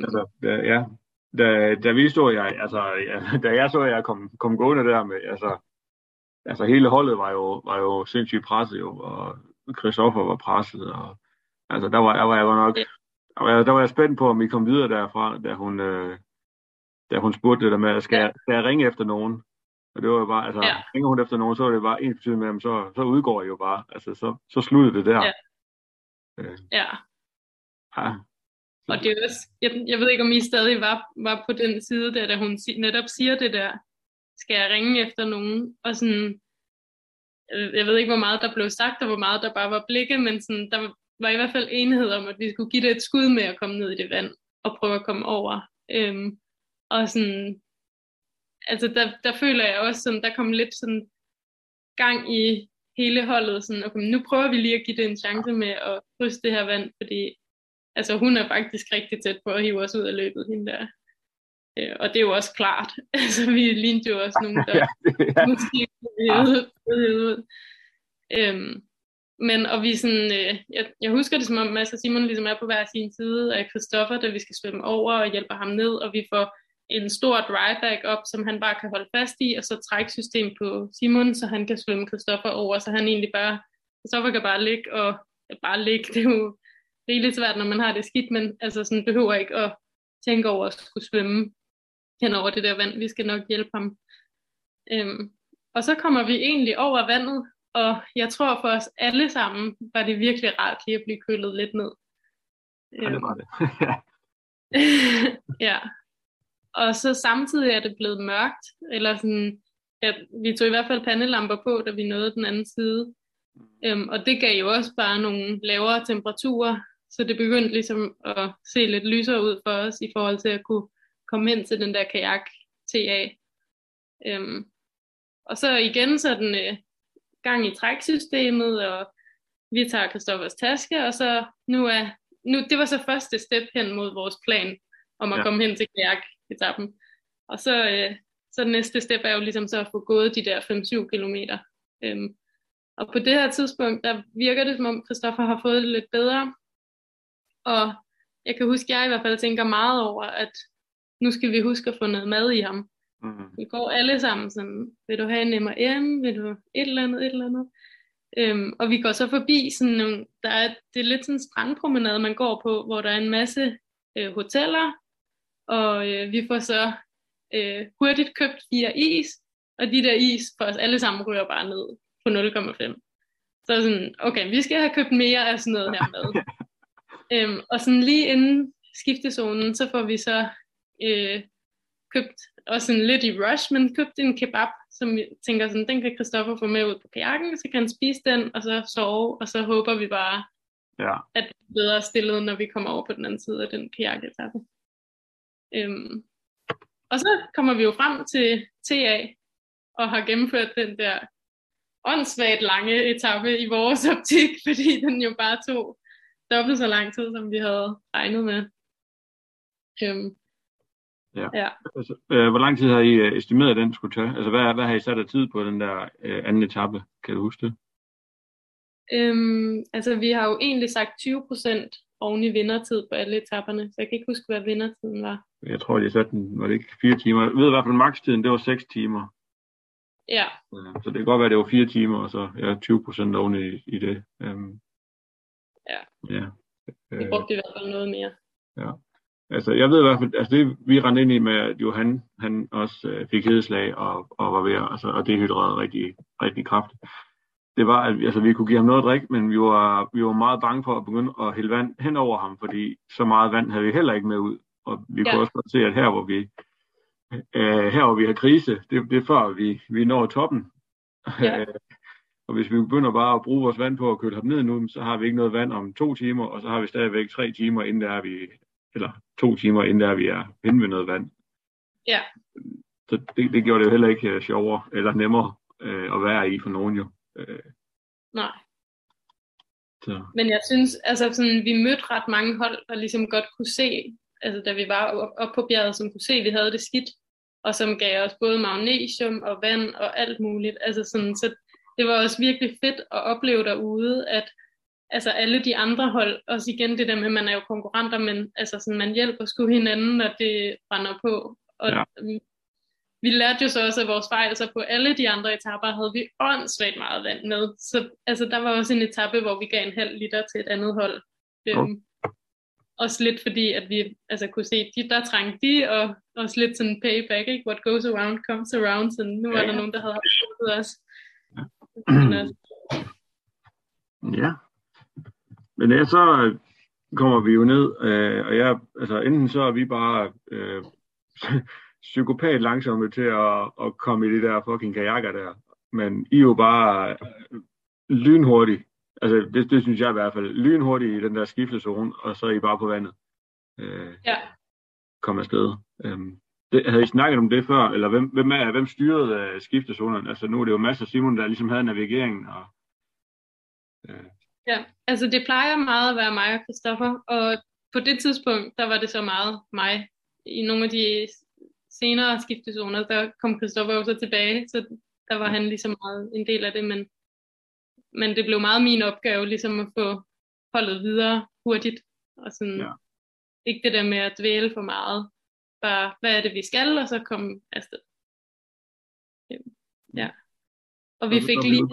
da vi stod, da jeg så jeg kom gående der med, altså hele holdet var jo sindssygt presset jo, og Christoffer var presset, og altså der var jeg nok, der var jeg spændt på, om vi kom videre derfra, da hun spurgte det der med, skal jeg ringe efter nogen? Og det var jo bare, altså, ringer hun efter nogen, så var det bare en betydning med dem, så udgår jeg jo bare, altså så sluttede det der. Ja. Og det er også, jeg ved ikke, om I stadig var på den side der, da hun netop siger det der, skal jeg ringe efter nogen? Og sådan, jeg ved ikke, hvor meget der blev sagt, og hvor meget der bare var blikke, men sådan, der var i hvert fald enighed om, at vi skulle give det et skud med at komme ned i det vand, og prøve at komme over. Og sådan, altså der føler jeg også sådan, der kom lidt sådan gang i hele holdet, sådan, okay, nu prøver vi lige at give det en chance med at krydse det her vand, fordi altså hun er faktisk rigtig tæt på at hive os ud af løbet, hende der. Og det er jo også klart, altså vi lignede jo også nogen, der måske kunne hive ud. Men og vi sådan, jeg husker det som om Mads og Simon ligesom er på hver sin side af Christoffer, da vi skal svømme over og hjælper ham ned, og vi får en stor dryback op, som han bare kan holde fast i, og så træksystem på Simon, så han kan svømme Christoffer over, så han egentlig bare, Christoffer kan bare ligge og bare ligge. Det er jo rigeligt svært, når man har det skidt, men altså sådan behøver ikke at tænke over at skulle svømme hen over det der vand. Vi skal nok hjælpe ham. Og så kommer vi egentlig over vandet, og jeg tror for os alle sammen, var det virkelig rart lige at blive kølet lidt ned. Ja, det var det. Ja. Og så samtidig er det blevet mørkt, eller sådan, ja, vi tog i hvert fald pandelamper på, da vi nåede den anden side. Og det gav jo også bare nogle lavere temperaturer, så det begyndte ligesom at se lidt lysere ud for os, i forhold til at kunne komme hen til den der kajak TA. Og så igen sådan gang i træksystemet, og vi tager Christoffers taske, og så nu det var så første step hen mod vores plan, om at komme hen til kajaketappen. Og så næste step er jo ligesom så at få gået de der 5-7 kilometer. Og på det her tidspunkt, der virker det som om Christoffer har fået det lidt bedre. Og jeg kan huske, jeg i hvert fald tænker meget over, at nu skal vi huske at få noget mad i ham. Vi går alle sammen sådan, vil du have en M&M, vil du et eller andet. Og vi går så forbi sådan nogle, det er lidt sådan en strandpromenade, man går på, hvor der er en masse hoteller, og vi får så hurtigt købt 4 is, og de der is for os alle sammen ryger bare ned på 0,5. Så sådan, okay, vi skal have købt mere af sådan noget her med. Og sådan lige inden skiftezonen, så får vi så købt, også sådan lidt i rush, men købt en kebab, som vi tænker sådan, den kan Christoffer få med ud på kajakken, så kan han spise den, og så sove, og så håber vi bare, at det er bedre stillet, når vi kommer over på den anden side af den kajaketappe. Og så kommer vi jo frem til TA, og har gennemført den der åndssvagt lange etape i vores optik, fordi den jo bare tog dobbelt så lang tid, som vi havde regnet med. Ja. Altså, hvor lang tid har I estimeret, at den skulle tage? Altså, hvad har I sat af tid på den der anden etape? Kan du huske det? Altså, vi har jo egentlig sagt 20% oven i vindertid på alle etaperne, så jeg kan ikke huske, hvad vindertiden var. Jeg tror, de satte den, var det ikke 4 timer? Jeg ved i hvert fald, makstiden, det var 6 timer. Ja. Så det kan godt være, det var 4 timer, og så 20% oven i det. Ja. Vi brugte i hvert fald noget mere. Ja. Altså, jeg ved i hvert fald, altså det vi rendte ind i med, at Johan, han også fik hedeslag og var ved, altså, og det hydrerede rigtig, rigtig kraftigt. Det var, at altså, vi kunne give ham noget at drikke, men vi var meget bange for at begynde at hælde vand hen over ham, fordi så meget vand havde vi heller ikke med ud. Og vi kunne også godt se, at her hvor vi har krise, det er før vi når toppen. Ja. Og hvis vi begynder bare at bruge vores vand på at køle ham ned nu, så har vi ikke noget vand om 2 timer, og så har vi stadigvæk 3 timer, inden der vi, eller 2 timer, inden der vi er henne ved noget vand. Ja. Så det gjorde det jo heller ikke sjovere, eller nemmere at være i for nogen jo. Nej. Så. Men jeg synes, altså sådan, vi mødte ret mange hold, der ligesom godt kunne se, altså da vi var oppe på bjerget, som kunne se, at vi havde det skidt, og som gav os både magnesium og vand og alt muligt. Altså sådan, så det var også virkelig fedt at opleve derude, at altså alle de andre hold, også igen det der med, at man er jo konkurrenter, men altså sådan, man hjælper sgu hinanden, når det brænder på. Og vi lærte jo så også af vores fejl, så på alle de andre etaper havde vi åndssvagt meget vand med. Så altså, der var også en etape, hvor vi gav 0,5 liter til et andet hold. Også lidt fordi, at vi altså, kunne se, der trængte de, og også lidt sådan payback, ikke? What goes around comes around. Så nu var der nogen, der havde haft os. Ja. Men så kommer vi jo ned, og altså enten så er vi bare psykopat langsomme til at komme i de der fucking kajakker der, men I er jo bare lynhurtigt, altså det synes jeg i hvert fald, lynhurtigt i den der skiftezone, og så er I bare på vandet. Kom afsted. Havde I snakket om det før, eller hvem styrede skiftezonen? Altså nu er det jo Mads og Simon, der ligesom havde navigeringen. Og, Ja, altså det plejer meget at være mig og Christoffer, og på det tidspunkt, der var det så meget mig. I nogle af de senere skiftezoner, der kom Christoffer jo så tilbage, så der var han ligesom meget en del af det, men men det blev meget min opgave ligesom at få holdet videre hurtigt, og sådan, Ja. ikke det der med at dvæle for meget, bare hvad er det vi skal, og så komme afsted. Ja. Og vi fik lige,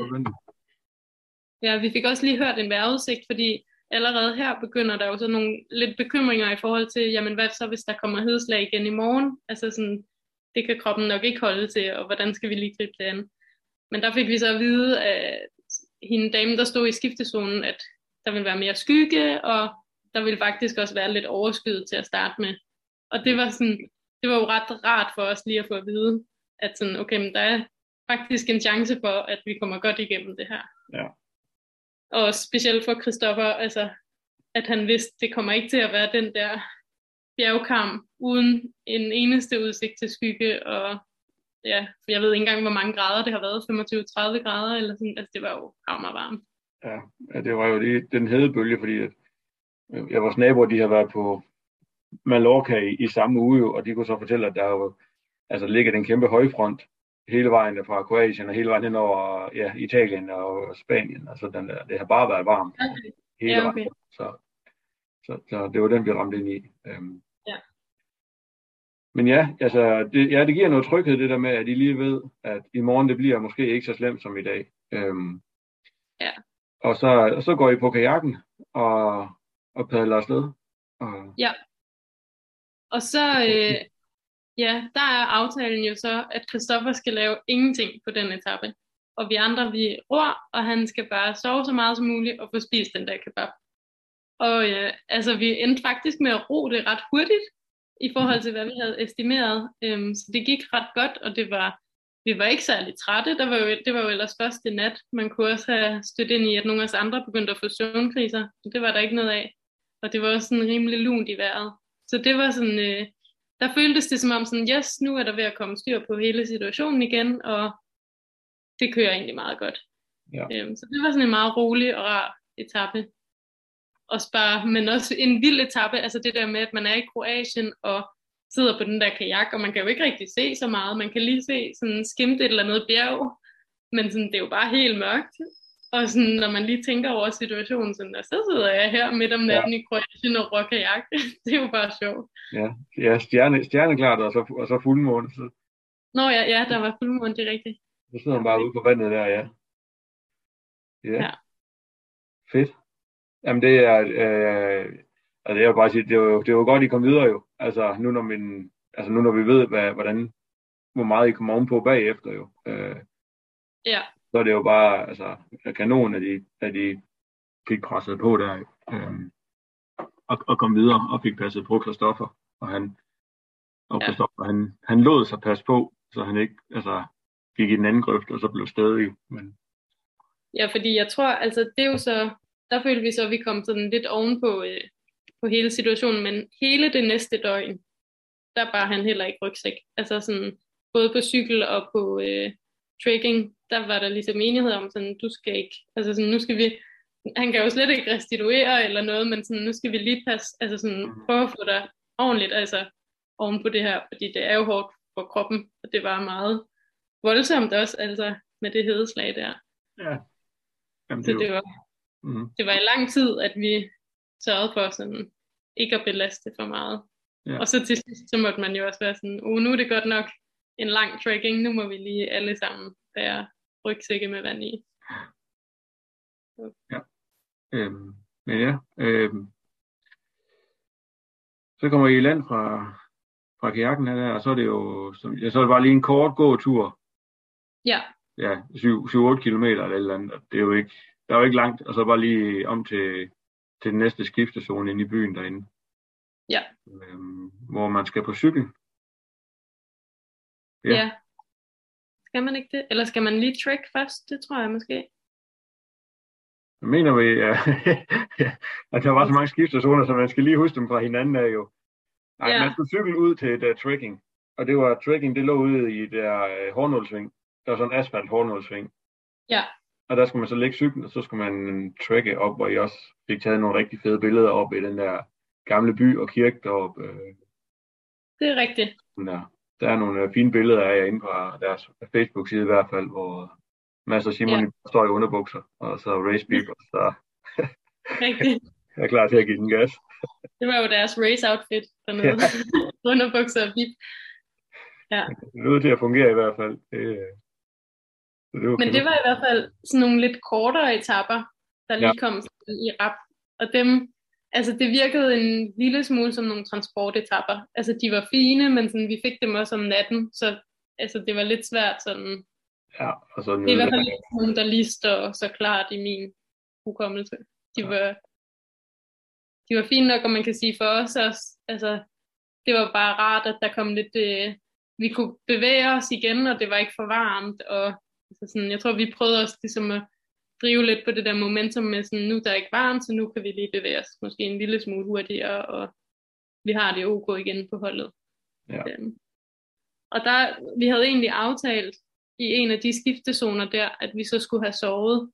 vi fik også lige hørt en vejrudsigt, fordi allerede her begynder der jo så nogle lidt bekymringer i forhold til, jamen hvad så hvis der kommer hedslag igen i morgen, altså sådan, det kan kroppen nok ikke holde til, og hvordan skal vi lige gribe det an. Men der fik vi så at vide af hende dame, der stod i skiftezonen, at der ville være mere skygge, og der ville faktisk også være lidt overskyet til at starte med. Og det var sådan, det var jo ret rart for os lige at få at vide, at sådan, okay, men der er faktisk en chance for, at vi kommer godt igennem det her. Ja. Og specielt for Christoffer, altså, at han vidste, det kommer ikke til at være den der bjergkam uden en eneste udsigt til skygge, og ja, for jeg ved ikke engang, hvor mange grader det har været, 25-30 grader, eller sådan, altså det var jo hammervarmt. Ja, det var jo den hedebølge, fordi at vores naboer, de har været på Mallorca i samme uge, og de kunne så fortælle, at der jo altså ligger den kæmpe højfront hele vejen fra Kroatien og hele vejen hen over Italien og Spanien. Altså det har bare været varmt hele vejen. Så det var den, vi ramte ind i. Ja. Men ja, altså det giver noget tryghed, det der med, at I lige ved, at i morgen det bliver måske ikke så slemt som i dag. Ja. Og så går I på kajakken og padler afsted. Ja. Og så, der er aftalen jo så, at Christoffer skal lave ingenting på den etape. Og vi andre, vi ror, og han skal bare sove så meget som muligt og få spist den der kebab. Og altså, vi endte faktisk med at ro det ret hurtigt, i forhold til, hvad vi havde estimeret. Så det gik ret godt, og vi var ikke særlig trætte. Det var jo ellers første nat. Man kunne også have stødt ind i, at nogle af os andre begyndte at få søvnkriser. Det var der ikke noget af. Og det var også sådan rimelig lunt i vejret. Så det var sådan, der føltes det som om sådan, yes, nu er der ved at komme styr på hele situationen igen, og det kører egentlig meget godt. Ja. Så det var sådan en meget rolig og rar etape. Men også en vild etape, altså det der med, at man er i Kroatien og sidder på den der kajak, og man kan jo ikke rigtig se så meget. Man kan lige se sådan skimte et eller andet bjerg, men sådan, det er jo bare helt mørkt. Og sådan, når man lige tænker over situationen, sådan, og så sidder jeg her midt om natten i Kroatien og ror kajak. Det er jo bare sjovt. Ja, stjerneklart og så fuldmåne. Så... Nå ja, der var fuldmåne, det er rigtigt. Så sidder man bare ude på vandet der, ja. Fedt. Jamen det er, altså jeg vil bare sige, det er jo godt, I kom videre jo. Altså nu når vi ved, hvor meget I kommer ovenpå bagefter jo. Så er det jo bare, altså kanon, at I fik presset på der, og kom videre og fik passet på Christoffer, og Christoffer, han lod sig passe på, så han ikke, altså gik i den anden grøft, og så blev stædig. Men... Ja, fordi jeg tror, altså det er jo så, der følte vi så, at vi kom sådan lidt ovenpå på hele situationen, men hele det næste døgn, der bar han heller ikke rygsæk. Altså sådan, både på cykel og på trekking, der var der ligesom enighed om sådan, du skal ikke, altså sådan, nu skal vi, han kan jo slet ikke restituere eller noget, men sådan, nu skal vi lige altså sådan, prøve at få dig ordentligt, altså oven på det her, fordi det er jo hårdt for kroppen, og det var meget voldsomt også, altså med det hedeslag der. Ja. Jamen, så det var i lang tid, at vi sørgede for sådan, ikke at belaste for meget. Ja. Og så til sidst, så måtte man jo også være sådan, nu er det godt nok en lang trekking, nu må vi lige alle sammen bære rygsække med vand i. Ja. Så kommer I i land fra kajakken her der, og så er det jo, så er det bare lige en kort gåtur. Ja. Ja, 7-8 kilometer eller andet. Det er jo ikke, der er jo ikke langt, og så bare lige om til den næste skiftezone inde i byen derinde. Ja. Hvor man skal på cykel. Ja. Skal man ikke det? Eller skal man lige trek først? Det tror jeg måske. Jeg mener vi, at der var så mange skiftezoner, så man skal lige huske dem fra hinanden af jo. Nej, man skulle cykle ud til et trekking. Og det var trekking, det lå ude i der Hornålsving. Der var sådan en asfalt Hornålsving. Ja. Og der skulle man så lægge cyklen, og så skulle man trække op, hvor I også fik taget nogle rigtig fede billeder op i den der gamle by og kirke deroppe. Det er rigtigt. Der er nogle fine billeder af jer inde på deres Facebook-side i hvert fald, hvor Mads og Simon står i underbukser, og så racebib, og så Rigtigt. jeg er klar til at give den gas. Det var jo deres race outfit dernede. Ja. Underbukser og bib. Ja. Det er nødt til at fungere i hvert fald. Men det var i hvert fald sådan nogle lidt kortere etaper, der lige kom i rap. Og dem, altså det virkede en lille smule som nogle transportetapper. Altså de var fine, men sådan, vi fik dem også om natten, så altså, det var lidt svært sådan. Ja, og så det er i hvert fald ikke nogen, der lige står så klart i min hukommelse. De var fine nok, og man kan sige for os også, altså det var bare rart, at der kom lidt, vi kunne bevæge os igen, og det var ikke for varmt, og altså sådan, jeg tror, vi prøvede også ligesom at drive lidt på det der momentum med sådan, nu der er ikke varmt, så nu kan vi lige bevæge os måske en lille smule hurtigere, og vi har det OK igen på holdet. Ja. Og vi havde egentlig aftalt i en af de skiftezoner der, at vi så skulle have sovet.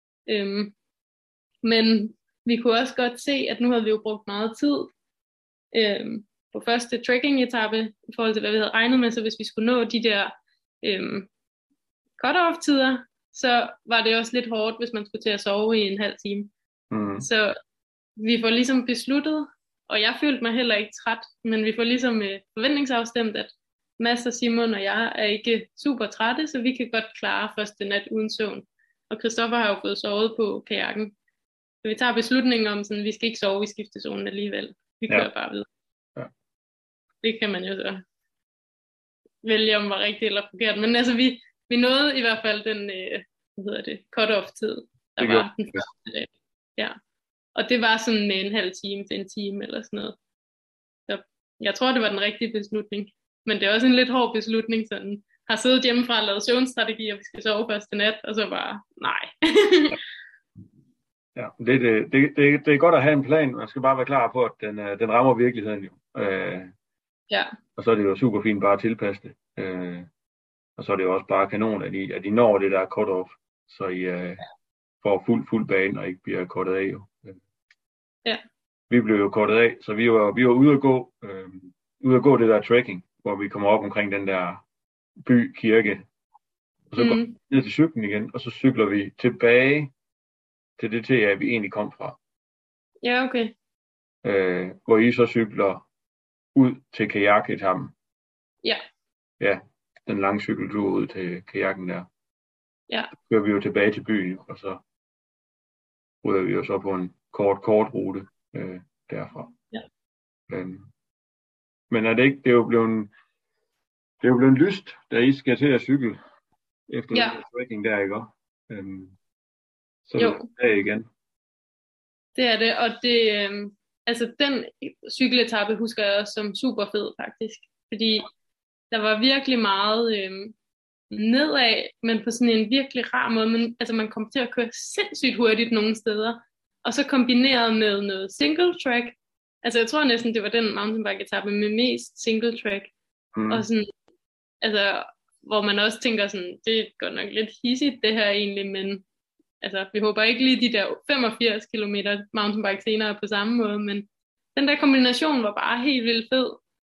Men vi kunne også godt se, at nu havde vi jo brugt meget tid på første trekking-etape i forhold til, hvad vi havde regnet med, så hvis vi skulle nå de der cut-off-tider, så var det også lidt hårdt, hvis man skulle til at sove i en halv time. Så vi får ligesom besluttet, og jeg følte mig heller ikke træt, men vi får ligesom forventningsafstemt, at Mads og Simon og jeg er ikke super trætte, så vi kan godt klare første nat uden søvn. Og Christoffer har jo fået sovet på kajakken. Så vi tager beslutningen om, sådan, vi skal ikke sove i skiftezonen alligevel. Vi kører bare videre. Ja. Det kan man jo så vælge om var rigtigt eller forkert. Men altså, vi nåede i hvert fald den cut-off-tid, der var den første dag. Ja. Og det var sådan en halv time til en time eller sådan noget. Så jeg tror, det var den rigtige beslutning. Men det er også en lidt hård beslutning, sådan har siddet hjemmefra og lavet søvnstrategi, og vi skal sove første nat, og så bare, nej. Ja, det er godt at have en plan. Man skal bare være klar på, at den rammer virkeligheden jo. Ja. Og så er det jo super fint bare at tilpasse det. Og så er det jo også bare kanon, at I når det der cut-off, så I får fuld bane, og ikke bliver kortet af. Jo. Ja. Vi blev jo kortet af, så vi var ude at gå det der trekking, hvor vi kommer op omkring den der by, kirke. Og så går vi ned til cyklen igen, og så cykler vi tilbage til det til, vi egentlig kom fra. Ja, okay. Hvor I så cykler ud til kajaketappen. Ja. Ja, den lange cykeltur ud til kajakken der. Ja. Så kører vi jo tilbage til byen, og så ryger vi jo så på en kort rute derfra. Ja. Men er det ikke, det er jo blevet lyst, da I skal til at cykle efter den trekking der, ikke? Så jo. Er det igen. Det er det, og det, altså den cykeletappe husker jeg også som super fed faktisk, fordi der var virkelig meget nedad, men på sådan en virkelig rar måde, men altså man kom til at køre sindssygt hurtigt nogle steder, og så kombineret med noget single track, altså jeg tror næsten det var den mountainbike-etappe med mest single track, og sådan, altså hvor man også tænker sådan, det går nok lidt hissigt det her egentlig, men altså, vi håber ikke lige de der 85 km mountainbike senere på samme måde, men den der kombination var bare helt vildt fed.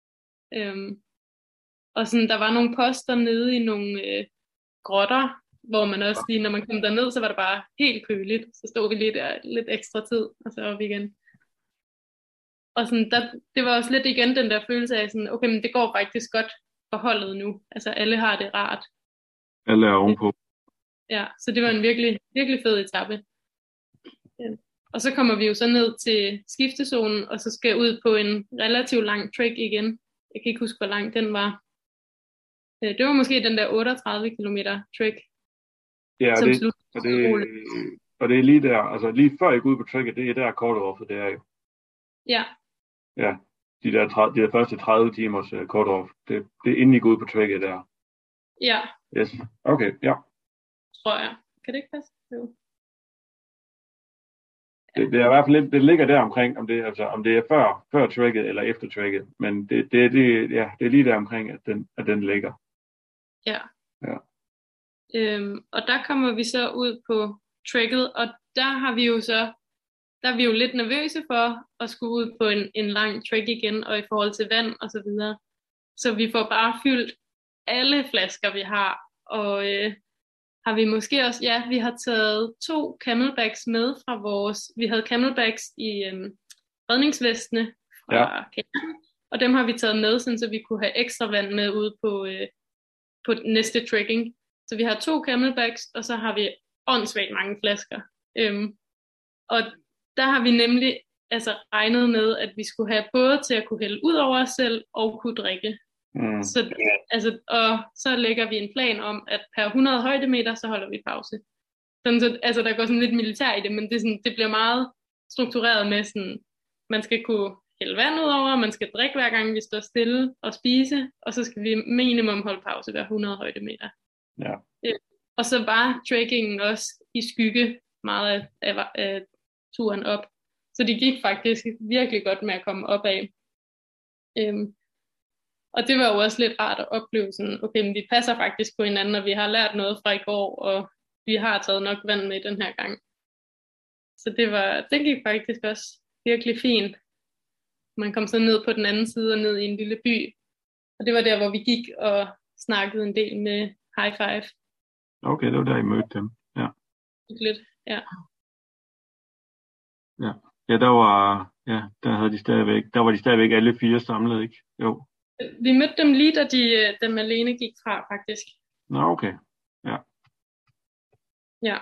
Og sådan, der var nogle poster nede i nogle grotter, hvor man også lige, når man kom derned, så var det bare helt køligt. Så stod vi lige der lidt ekstra tid, og så op igen. Og sådan, det var også lidt igen den der følelse af, sådan, okay, men det går faktisk godt for holdet nu. Altså, alle har det rart. Alle er ovenpå. Ja, så det var en virkelig, virkelig fed etape. Ja. Og så kommer vi jo så ned til skiftezonen, og så skal ud på en relativt lang trek igen. Jeg kan ikke huske, hvor lang den var. Det var måske den der 38 km trek. Ja, og det er lige der, altså lige før jeg går ud på trekket, det er der cut-off, det er jo. Ja. Ja, de der første 30 timers cut-off, det er inden I går ud på trekket der. Ja. Yes, okay, ja. Tror jeg. Kan det ikke passe? Jo. Det er i hvert fald lidt, det ligger der omkring, om det er før tracket eller efter tracket, men det er lige der omkring, at den ligger. Ja. Og der kommer vi så ud på tracket, og der er vi jo lidt nervøse for at skulle ud på en lang trek igen, og i forhold til vand og så videre. Så vi får bare fyldt alle flasker, vi har, og har vi måske også, ja, vi har taget 2 camelbacks med fra vi havde camelbacks i redningsvestene fra campen, og dem har vi taget med, sådan, så vi kunne have ekstra vand med ude på næste trekking. Så vi har 2 camelbacks, og så har vi åndssvagt mange flasker. Og der har vi nemlig regnet med, at vi skulle have både til at kunne hælde ud over os selv og kunne drikke. Og så lægger vi en plan om, at per 100 højdemeter, så holder vi pause. Sådan, så der går sådan lidt militær i det, men det bliver meget struktureret med sådan, man skal kunne hælde vand ud over, man skal drikke hver gang vi står stille og spise, og så skal vi minimum holde pause hver 100 højdemeter. Ja. Og så var trekkingen også i skygge meget af turen op. Så det gik faktisk virkelig godt med at komme op af. Og det var jo også lidt rart at opleve sådan, okay, men vi passer faktisk på hinanden, og vi har lært noget fra i går, og vi har taget nok vand med den her gang. Så det gik faktisk også virkelig fint. Man kom så ned på den anden side og ned i en lille by. Og det var der, hvor vi gik og snakkede en del med High Five. Okay, det var der, I mødte dem. Ja. Lidt, ja. Ja, der havde de stadigvæk alle 4 samlet, ikke? Jo. Vi mødte dem lige, da Malene gik fra, faktisk. Nå, okay. Ja. Ja.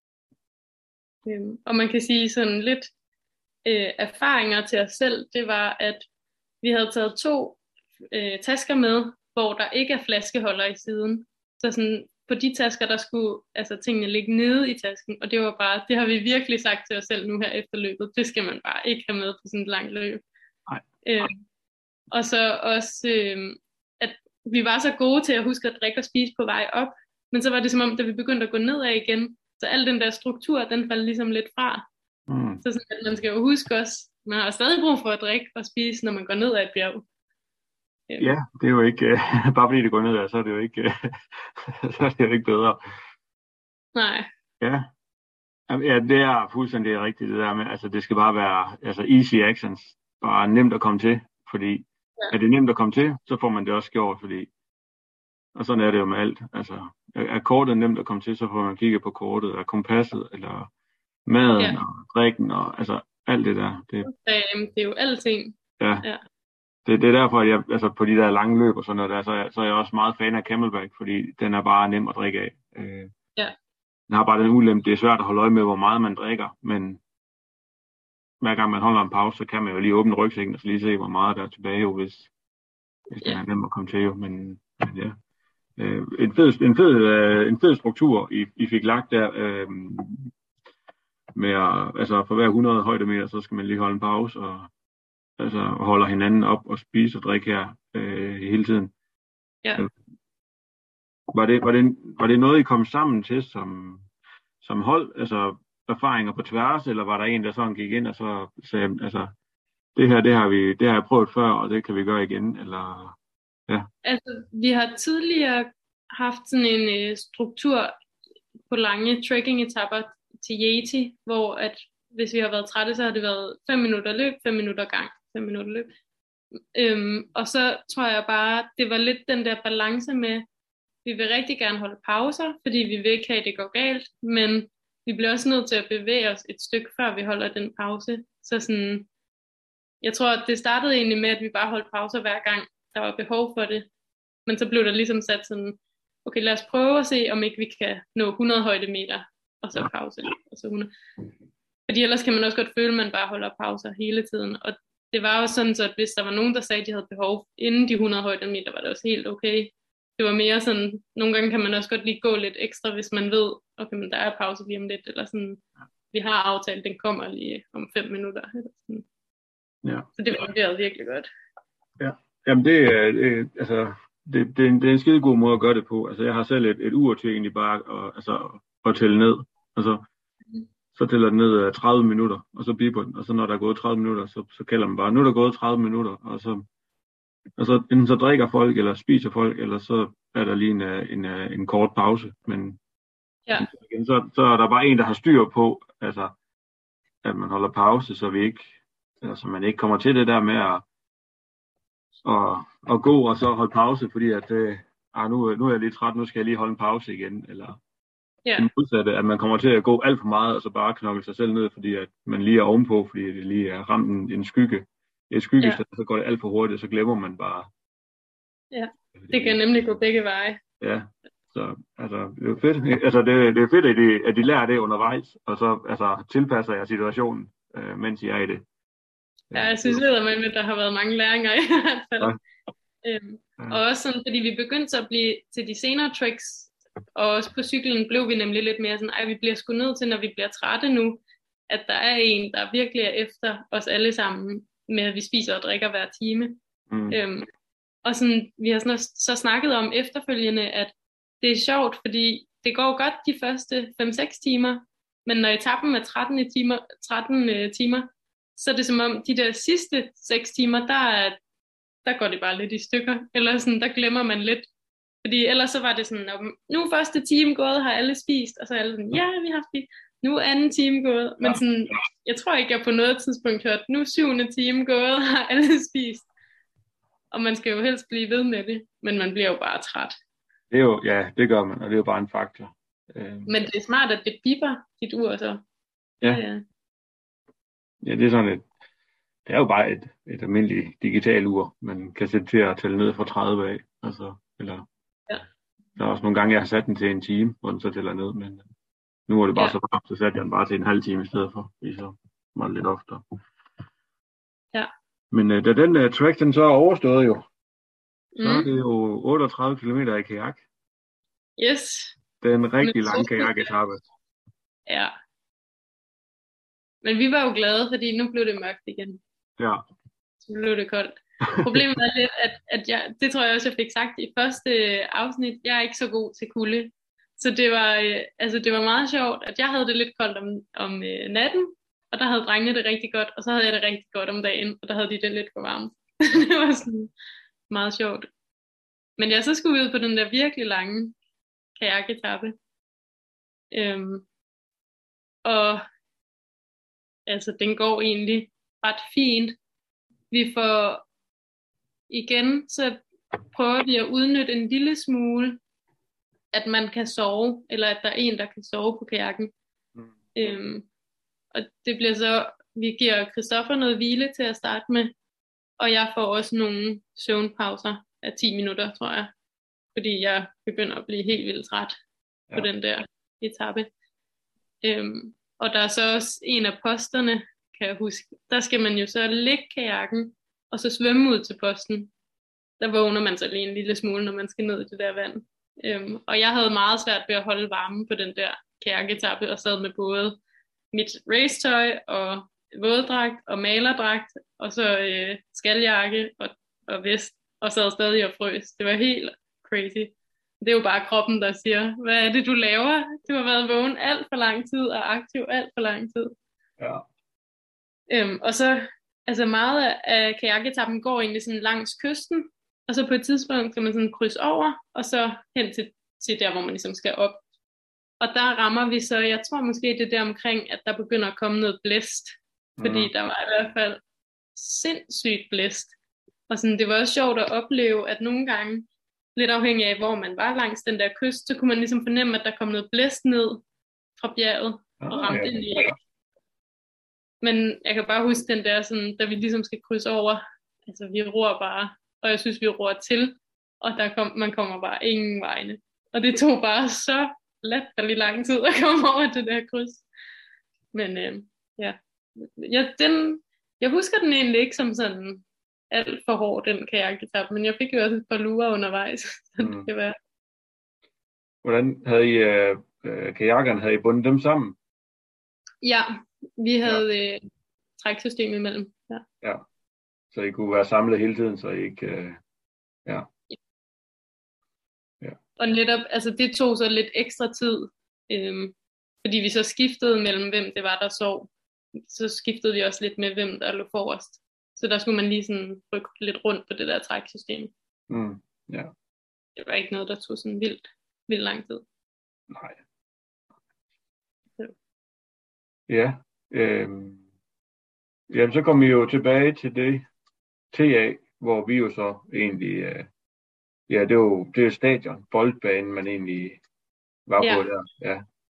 Og man kan sige sådan lidt erfaringer til os selv, det var, at vi havde taget 2 tasker med, hvor der ikke er flaskeholder i siden. Så sådan, på de tasker, der skulle tingene ligge nede i tasken, og det har vi virkelig sagt til os selv nu her efter løbet, det skal man bare ikke have med på sådan et langt løb. Nej. Og så også, at vi var så gode til at huske at drikke og spise på vej op, men så var det som om, da vi begyndte at gå nedad igen, så al den der struktur, den faldt ligesom lidt fra. Så sådan, at man skal jo huske også, man har stadig brug for at drikke og spise, når man går ned ad et bjerg. Ja, det er jo ikke, bare fordi det går nedad, så er det jo ikke, så er det jo ikke bedre. Nej. Ja. Ja, det er fuldstændig rigtigt det der med, det skal bare være easy actions, bare nemt at komme til, fordi er det nemt at komme til, så får man det også gjort, fordi, og sådan er det jo med alt, er kortet nemt at komme til, så får man kigge på kortet, er kompasset, eller maden, og drikken, og alt det der. Det er jo alting. Ja. Det er derfor, at jeg, på de der lange løb og sådan noget der, så er jeg også meget fan af Camelback, fordi den er bare nem at drikke af. Den har bare den ulempe, det er svært at holde øje med, hvor meget man drikker, men hver gang man holder en pause, så kan man jo lige åbne rygsækken og så lige se, hvor meget der er tilbage, jo, hvis den er nem at komme til. Jo. Men ja. En fed struktur, I fik lagt der, med at, for hver 100 højdemeter, så skal man lige holde en pause, og holder hinanden op og spiser og drikke her hele tiden. Ja. Var det noget, I kom sammen til som hold, erfaringer på tværs, eller var der en, der sådan gik ind og så sagde, det har jeg prøvet før, og det kan vi gøre igen, eller ja? Vi har tidligere haft sådan en struktur på lange trekking-etapper til Yeti, hvor at hvis vi har været trætte, så har det været 5 minutter løb, 5 minutter gang, 5 minutter løb. Og så tror jeg bare, det var lidt den der balance med, vi vil rigtig gerne holde pauser, fordi vi vil ikke have, at det går galt, men vi bliver også nødt til at bevæge os et stykke, før vi holder den pause. Så sådan, jeg tror, at det startede egentlig med, at vi bare holdt pauser hver gang, der var behov for det. Men så blev der ligesom sat sådan, okay, lad os prøve at se, om ikke vi kan nå 100 højdemeter, og så pause. Og så 100. Fordi ellers kan man også godt føle, at man bare holder pauser hele tiden. Og det var jo sådan, så at hvis der var nogen, der sagde, at de havde behov inden de 100 højdemeter, var det også helt okay. Det var mere sådan, nogle gange kan man også godt lige gå lidt ekstra, hvis man ved, okay, men der er pause lige om lidt, eller sådan, vi har aftalt, den kommer lige om 5 minutter. Eller sådan. Ja. Så det fungerede virkelig godt. Ja, jamen det er en skide god måde at gøre det på. Jeg har selv et ur til egentlig bare at tælle ned. Så tæller den ned 30 minutter, og så biber den. Og så når der er gået 30 minutter, så kalder man bare, nu er der gået 30 minutter, og så enten så drikker folk, eller spiser folk, eller så er der lige en kort pause. Men igen, så er der bare en, der har styr på, at man holder pause, så man ikke kommer til det der med at gå og så holde pause, fordi at nu er jeg lidt træt, nu skal jeg lige holde en pause igen, eller Ja, det modsatte, at man kommer til at gå alt for meget, og så bare knokle sig selv ned, fordi at man lige er ovenpå, fordi det lige er ramt en skygge. Et skyggested, så går det alt for hurtigt, så glemmer man bare. ja. Det kan nemlig gå begge veje. Ja, så altså, det er jo fedt. Altså, det er fedt, at de lærer det undervejs, og så altså, tilpasser jeg situationen, mens I er i det. Ja, jeg synes at der har været mange læringer i hvert fald. Ja. Og også sådan, fordi vi begyndte så at blive til de senere tricks, og også på cyklen blev vi nemlig lidt mere sådan, vi bliver sgu nødt til, når vi bliver trætte nu, at der er en, der virkelig er efter os alle sammen, med at vi spiser og drikker hver time. Og sådan, vi har sådan så snakket om efterfølgende, at det er sjovt, fordi det går godt de første 5-6 timer, men når etappen er 13 timer, så er det som om de der sidste 6 timer, der går det bare lidt i stykker, eller sådan, der glemmer man lidt. Fordi ellers så var det sådan, nu er første time gået, har alle spist, og så er alle sådan, ja, vi har spist. Nu er anden time gået, men sådan, jeg tror ikke, jeg på noget tidspunkt hørt, nu er 7. time gået, har alle spist. Og man skal jo helst blive ved med det, men man bliver jo bare træt. Det er jo, ja, det gør man, og det er jo bare en faktor. Men det er smart, at det bipper dit ur så. Ja, det er sådan det er jo bare et almindeligt digital ur, man kan sætte til at tælle ned fra 30 af. Altså, eller, der er også nogle gange, jeg har sat den til 1 time, hvor den så tæller ned, men nu er det bare så varmt, så satte jeg den bare til 1,5 time i stedet for, fordi så var det lidt oftere. Ja. Men da den track, den så er overstået jo, så er det jo 38 km i kajak. Yes. Det er en rigtig lang kajaketappe. Ja. Men vi var jo glade, fordi nu blev det mørkt igen. Ja. Så blev det koldt. Problemet er lidt, at det tror jeg også, jeg fik sagt i første afsnit, jeg er ikke så god til kulde. Så det var meget sjovt, at jeg havde det lidt koldt om natten, og der havde drengene det rigtig godt, og så havde jeg det rigtig godt om dagen, og der havde de det lidt for varmt. Det var sådan meget sjovt. Men jeg så skulle ud på den der virkelig lange kajaketappe. Og altså, den går egentlig ret fint. Vi får igen, så prøver vi at udnytte en lille smule, at man kan sove, eller at der er en, der kan sove på kajakken. Og det bliver så, vi giver Christoffer noget hvile til at starte med, og jeg får også nogle søvnpauser af 10 minutter, tror jeg, fordi jeg begynder at blive helt vildt træt på den der etape. Og der er så også en af posterne, kan jeg huske, der skal man jo så lægge kajakken, og så svømme ud til posten. Der vågner man så lige en lille smule, når man skal ned i det der vand. Og jeg havde meget svært ved at holde varmen på den der kajaketappe, og sad med både mit racetøj og våddragt og malerdragt, og så skaljakke og vest, og sad stadig og frøs. Det var helt crazy. Det er jo bare kroppen, der siger, hvad er det, du laver? Du har været vågen alt for lang tid, og aktiv alt for lang tid. Ja. Og så, altså meget af kajaketappen går egentlig sådan langs kysten, og så på et tidspunkt skal man sådan krydse over, og så hen til der, hvor man ligesom skal op. Og der rammer vi så, jeg tror måske det der omkring, at der begynder at komme noget blæst, fordi der var i hvert fald sindssygt blæst. Og sådan, det var også sjovt at opleve, at nogle gange, lidt afhængig af hvor man var langs den der kyst, så kunne man ligesom fornemme, at der kom noget blæst ned fra bjerget og ramte ind i. Men jeg kan bare huske den der, sådan, da vi ligesom skal krydse over, altså vi ror bare, og jeg synes vi ror til, og man kommer bare ingen vegne. Og det tog bare så latterlig lang tid at komme over det der kryds. Men jeg husker den egentlig ikke som sådan alt for hård, den kajaketappe, men jeg fik jo også et par lurer undervejs. Det kan være. Hvordan havde I kajakkerne, havde I bundet dem sammen? Ja, vi havde træksystem imellem. Ja, så I kunne være samlet hele tiden, så I ikke... Ja. Og netop, altså det tog så lidt ekstra tid, fordi vi så skiftede mellem, hvem det var, der sov. Så skiftede vi også lidt med, hvem der lå forrest. Så der skulle man lige sådan rykke lidt rundt på det der træksystem. Ja. Det var ikke noget, der tog sådan vildt lang tid. Nej. Ja. Jamen, så kom vi jo tilbage til det TA, hvor vi jo så egentlig... det er jo stadion, boldbanen, man egentlig var på der. Ja.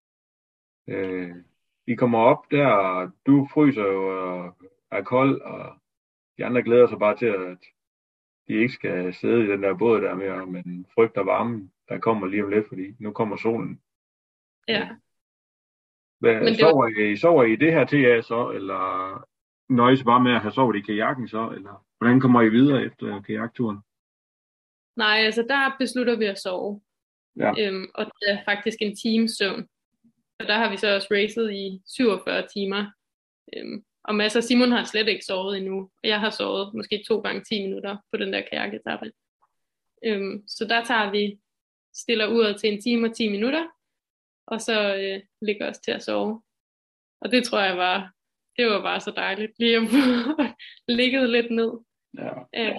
Vi kommer op der, og du fryser jo og er kold, og de andre glæder sig bare til, at de ikke skal sidde i den der båd der mere, men frygter varmen, der kommer lige om lidt, fordi nu kommer solen. Ja. Hvad, Men det var, sover I det her TA så, eller nøjes bare med at have sovet i kajakken så, eller hvordan kommer I videre efter kajakturen? nej, altså der beslutter vi at sove. Ja, Og det er faktisk en times søvn. Og der har vi så også racet i 47 timer. Og Mads og Simon har slet ikke sovet endnu. Og jeg har sovet måske 2 gange 10 minutter på den der kajaketappe. Så der tager vi, stiller uret til 1 time og 10 minutter, og så ligger os til at sove. Og det tror jeg det var bare så dejligt, lige at få ligget lidt ned. ja,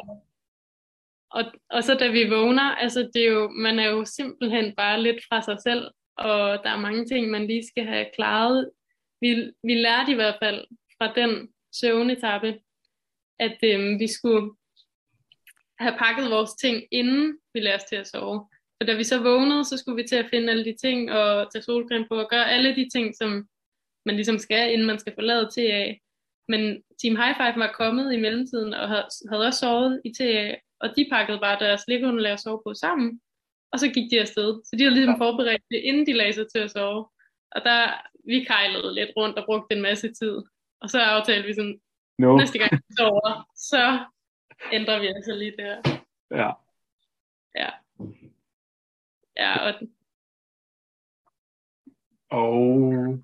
Og så da vi vågner, altså det er jo, man er jo simpelthen bare lidt fra sig selv, og der er mange ting, man lige skal have klaret. Vi lærte i hvert fald fra den søvnetappe, at vi skulle have pakket vores ting, inden vi lagde os til at sove. Og da vi så vågnede, så skulle vi til at finde alle de ting, og tage solcreme på, og gøre alle de ting, som man ligesom skal, inden man skal forlade TA. Men Team High Five var kommet i mellemtiden, og havde også sovet i TA, og de pakkede bare deres liggeunderlag og sove på sammen, og så gik de afsted. Så de havde ligesom forberedt det, inden de lagde sig til at sove. Og vi kejlede lidt rundt og brugte en masse tid. Og så aftalte vi sådan, næste gang vi sover, så ændrer vi altså lige det her. Ja. Ja. Ja, Og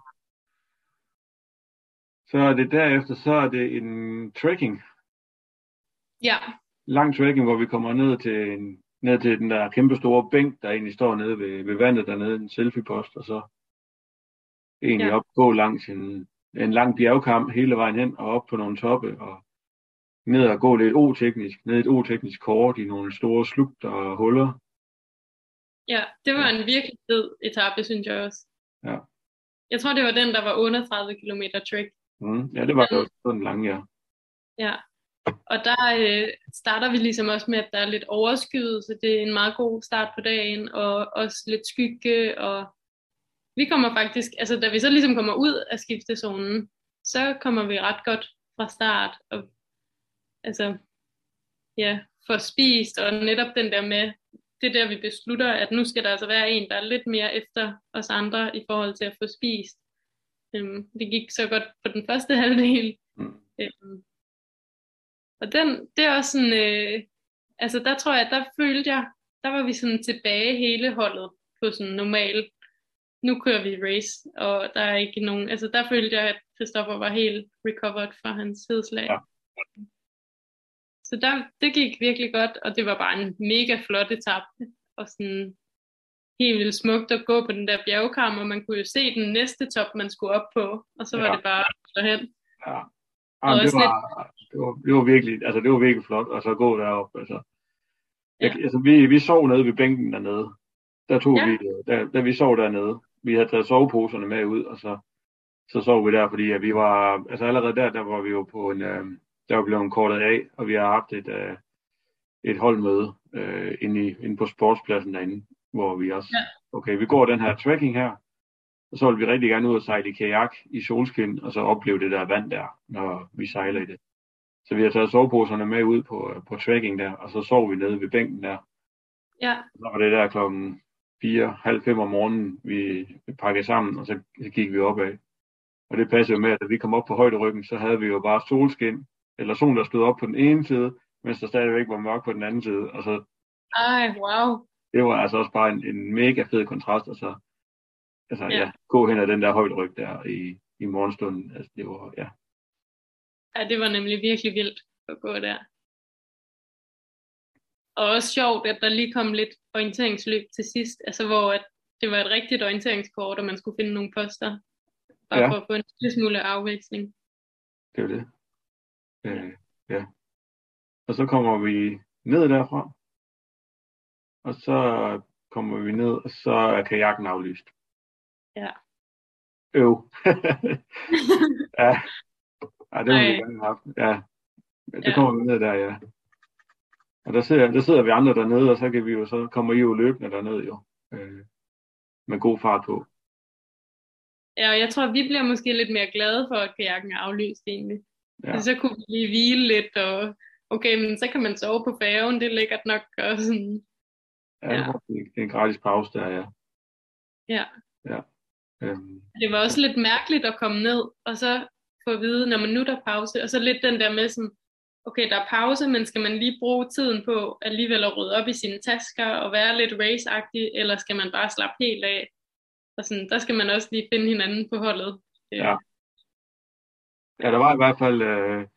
så er det derefter, så er det en trekking. Ja. Lang trekking, hvor vi kommer ned til den der kæmpe store bænk, der egentlig står nede ved vandet dernede, en selfie-post, og så egentlig op gå langs en lang bjergkamp hele vejen hen og op på nogle toppe, og ned og gå lidt ned et o-teknisk kort i nogle store slugter og huller. Ja, det var en virkelig fed etape, synes jeg også. Ja. Jeg tror, det var den, der var under 30 km trek. Ja, det var også sådan lang, ja. Ja, og der starter vi ligesom også med, at der er lidt overskyet, så det er en meget god start på dagen, og også lidt skygge, og vi kommer faktisk, altså da vi så ligesom kommer ud af skiftezonen, så kommer vi ret godt fra start, og altså, ja, får spist, og netop den der med, det der vi beslutter, at nu skal der altså være en, der er lidt mere efter os andre i forhold til at få spist. Det gik så godt på den første halvdel. Og det er også sådan, altså der tror jeg, der følte jeg, der var vi sådan tilbage hele holdet på sådan normal, nu kører vi race, og der er ikke nogen, altså der følte jeg, at Christoffer var helt recovered fra hans hedslag. Ja. Så det gik virkelig godt, og det var bare en mega flot etape, og sådan helt vildt smukt at gå på den der bjergkamp, og man kunne jo se den næste top, man skulle op på, og så var det bare derhen. Ja. Det var virkelig, altså det var virkelig flot, og så gå derop, altså. Altså vi sov nede ved bænken dernede. Der tog vi, da vi sov dernede, vi havde taget soveposerne med ud, og så sov vi der, fordi at vi var, altså allerede der var vi jo på der var blevet kortet af, og vi har haft et holdmøde inde på sportspladsen derinde, hvor vi også, okay, vi går den her trekking her, og så vil vi rigtig gerne ud og sejle i kajak i solskin, og så opleve det der vand der, når vi sejler i det. Så vi har taget soveposerne med ud på trekking der, og så sov vi nede ved bænken der. Ja. Så var det der 4:30 om morgenen, vi pakkede sammen, og så gik vi opad. Og det passede jo med, at da vi kom op på højderyggen, så havde vi jo bare solskin, eller solen, der stod op på den ene side, mens der stadigvæk var mørkt på den anden side. Og så, wow. Det var altså også bare en mega fed kontrast, og så gå hen ad den der højderyg der i morgenstunden. Altså, det var, Ja, det var nemlig virkelig vildt at gå der. Og også sjovt, at der lige kom lidt orienteringsløb til sidst, altså hvor det var et rigtigt orienteringskort, og man skulle finde nogle poster, bare for at få en lille smule afveksling. Det var det. Ja. Og så kommer vi ned derfra, og så kommer vi ned, og så er kajakken aflyst. Ja. Ja, det må vi gerne have haft. Ja, det kommer vi ned der, ja. Og der sidder vi andre dernede, og så kommer I jo løbende derned jo, med god fart på. Ja, og jeg tror, vi bliver måske lidt mere glade for, at kajakken er aflyst egentlig. Ja, Så kunne vi lige hvile lidt, og okay, men så kan man sove på færgen, det er lækkert nok, og sådan, ja ja, det er en gratis pause der, ja. ja. Ja, øhm, Det var så, også lidt mærkeligt at komme ned, og så få at vide, når man nu er der pause, og så lidt den der med sådan, okay, der er pause, men skal man lige bruge tiden på alligevel at rydde op i sine tasker og være lidt raceagtig, eller skal man bare slappe helt af? Og sådan, der skal man også lige finde hinanden på holdet. ja. Ja, Ja. der var i hvert fald,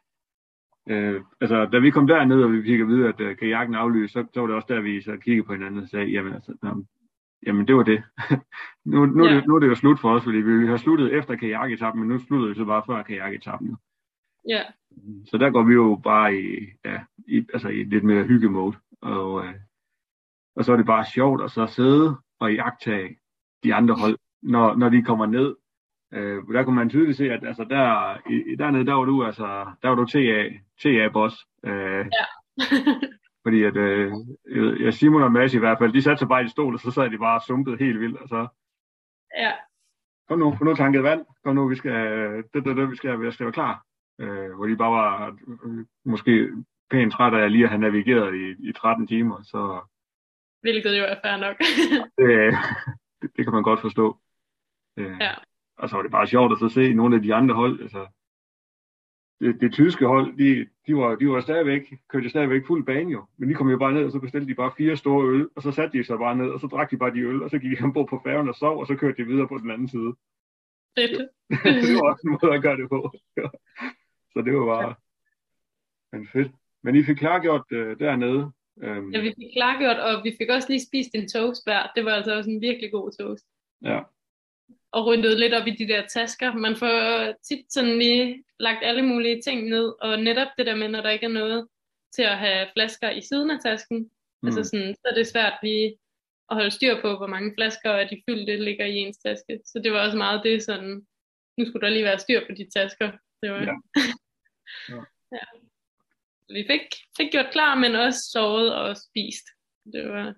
altså, da vi kom derned, og vi fik at vide, at kajakken aflyste, så var det også der, vi så kiggede på hinanden og sagde, jamen, altså, jamen det var det. Ja. Nu er det jo slut for os, fordi vi har sluttet efter kajaketappen, men nu sluttede vi så bare før kajaketappen. Ja. Så der går vi jo bare altså i lidt mere hyggemode. Og så er det bare sjovt at så sidde og iagttage de andre hold, når de kommer ned. Der kunne man tydeligt se, at altså dernede, der var du TA-boss. Ja. Fordi at Simon og Mads i hvert fald, de satte sig bare i en stol, og så sad de bare sumpet helt vildt, og så Ja. kom nu, få nu tanket vand, kom nu, vi skal være klar. Hvor de bare var måske pænt træt af lige at have navigeret i 13 timer, så Hvilket jo er fair nok. det kan man godt forstå. Ja. Og så var det bare sjovt at så se nogle af de andre hold, altså det tyske hold, de var kørte stadigvæk fuld bane jo, men de kom jo bare ned, og så bestilte de bare 4 store øl, og så satte de sig bare ned, og så drak de bare de øl, og så gik de ombord på færgen og sov, og så kørte de videre på den anden side. Fedt. Det var også en måde at gøre det på. Så det var bare fedt. Men I fik klargjort dernede. Ja, vi fik klargjort, og vi fik også lige spist en toast hver. Det var altså også en virkelig god toast. Ja. Og ryddet lidt op i de der tasker. Man får tit sådan lige lagt alle mulige ting ned, og netop det der med, når der ikke er noget til at have flasker i siden af tasken, altså sådan, så er det svært lige at holde styr på, hvor mange flasker af de fyldte ligger i ens taske. Så det var også meget det sådan, nu skulle der lige være styr på de tasker. Det var, Ja. Ja. ja. Vi fik gjort klar, men også sovet og spist. Det var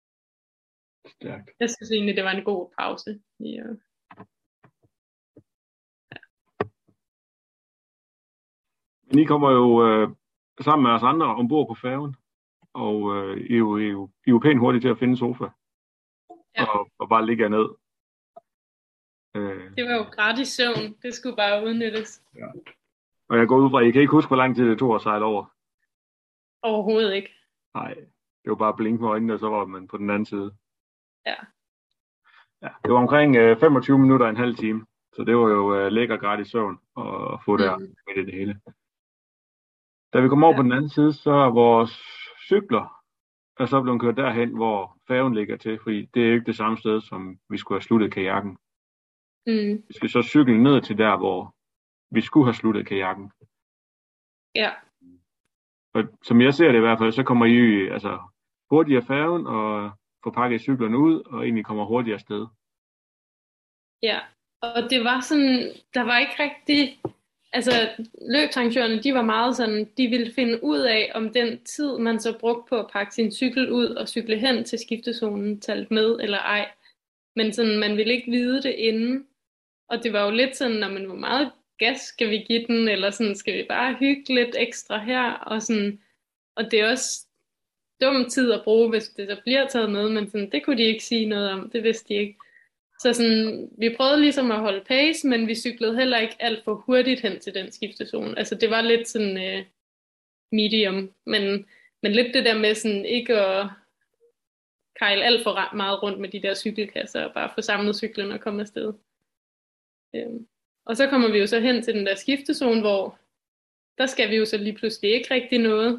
Stærkt. Jeg synes egentlig, det var en god pause. Ja. Men I kommer jo sammen med os andre ombord på færgen, og I er jo pænt hurtigt til at finde en sofa, Ja. og bare ligge ned. Det var jo gratis søvn. Det skulle bare udnyttes. Ja. Og jeg går ud fra, I kan ikke huske, hvor lang tid det tog at sejle over. Overhovedet ikke. Nej, det var bare blink med øjnene, og så var man på den anden side. Ja. Ja, det var omkring 25 minutter og en halv time. Så det var jo lækker gratis søvn at få der midt i det hele. Da vi kom over på den anden side, så er vores cykler er så blevet kørt derhen, hvor færgen ligger til, fordi det er ikke det samme sted, som vi skulle have sluttet kajakken. Vi skal så cykle ned til der, hvor vi skulle have sluttet kajakken. Ja. Og som jeg ser det i hvert fald, så kommer I altså hurtigere færgen og får pakket cyklerne ud, og egentlig kommer hurtigere afsted. Ja, og det var sådan, der var ikke rigtig, altså løbsarrangørerne, de var meget sådan, de ville finde ud af, om den tid, man så brugte på at pakke sin cykel ud og cykle hen til skiftezonen, talt med eller ej. Men sådan, man ville ikke vide det inden. Og det var jo lidt sådan, når man hvor meget gas skal vi give den, eller sådan, skal vi bare hygge lidt ekstra her, og sådan, og det er også dum tid at bruge, hvis det så bliver taget med, men sådan, det kunne de ikke sige noget om, det vidste de ikke. Så sådan, vi prøvede ligesom at holde pace, men vi cyklede heller ikke alt for hurtigt hen til den skiftezone. Altså det var lidt sådan medium, men lidt det der med sådan ikke at kejle alt for meget rundt med de der cykelkasser, og bare få samlet cyklen og komme afsted. Og så kommer vi jo så hen til den der skiftezone, hvor der skal vi jo så lige pludselig ikke rigtig noget.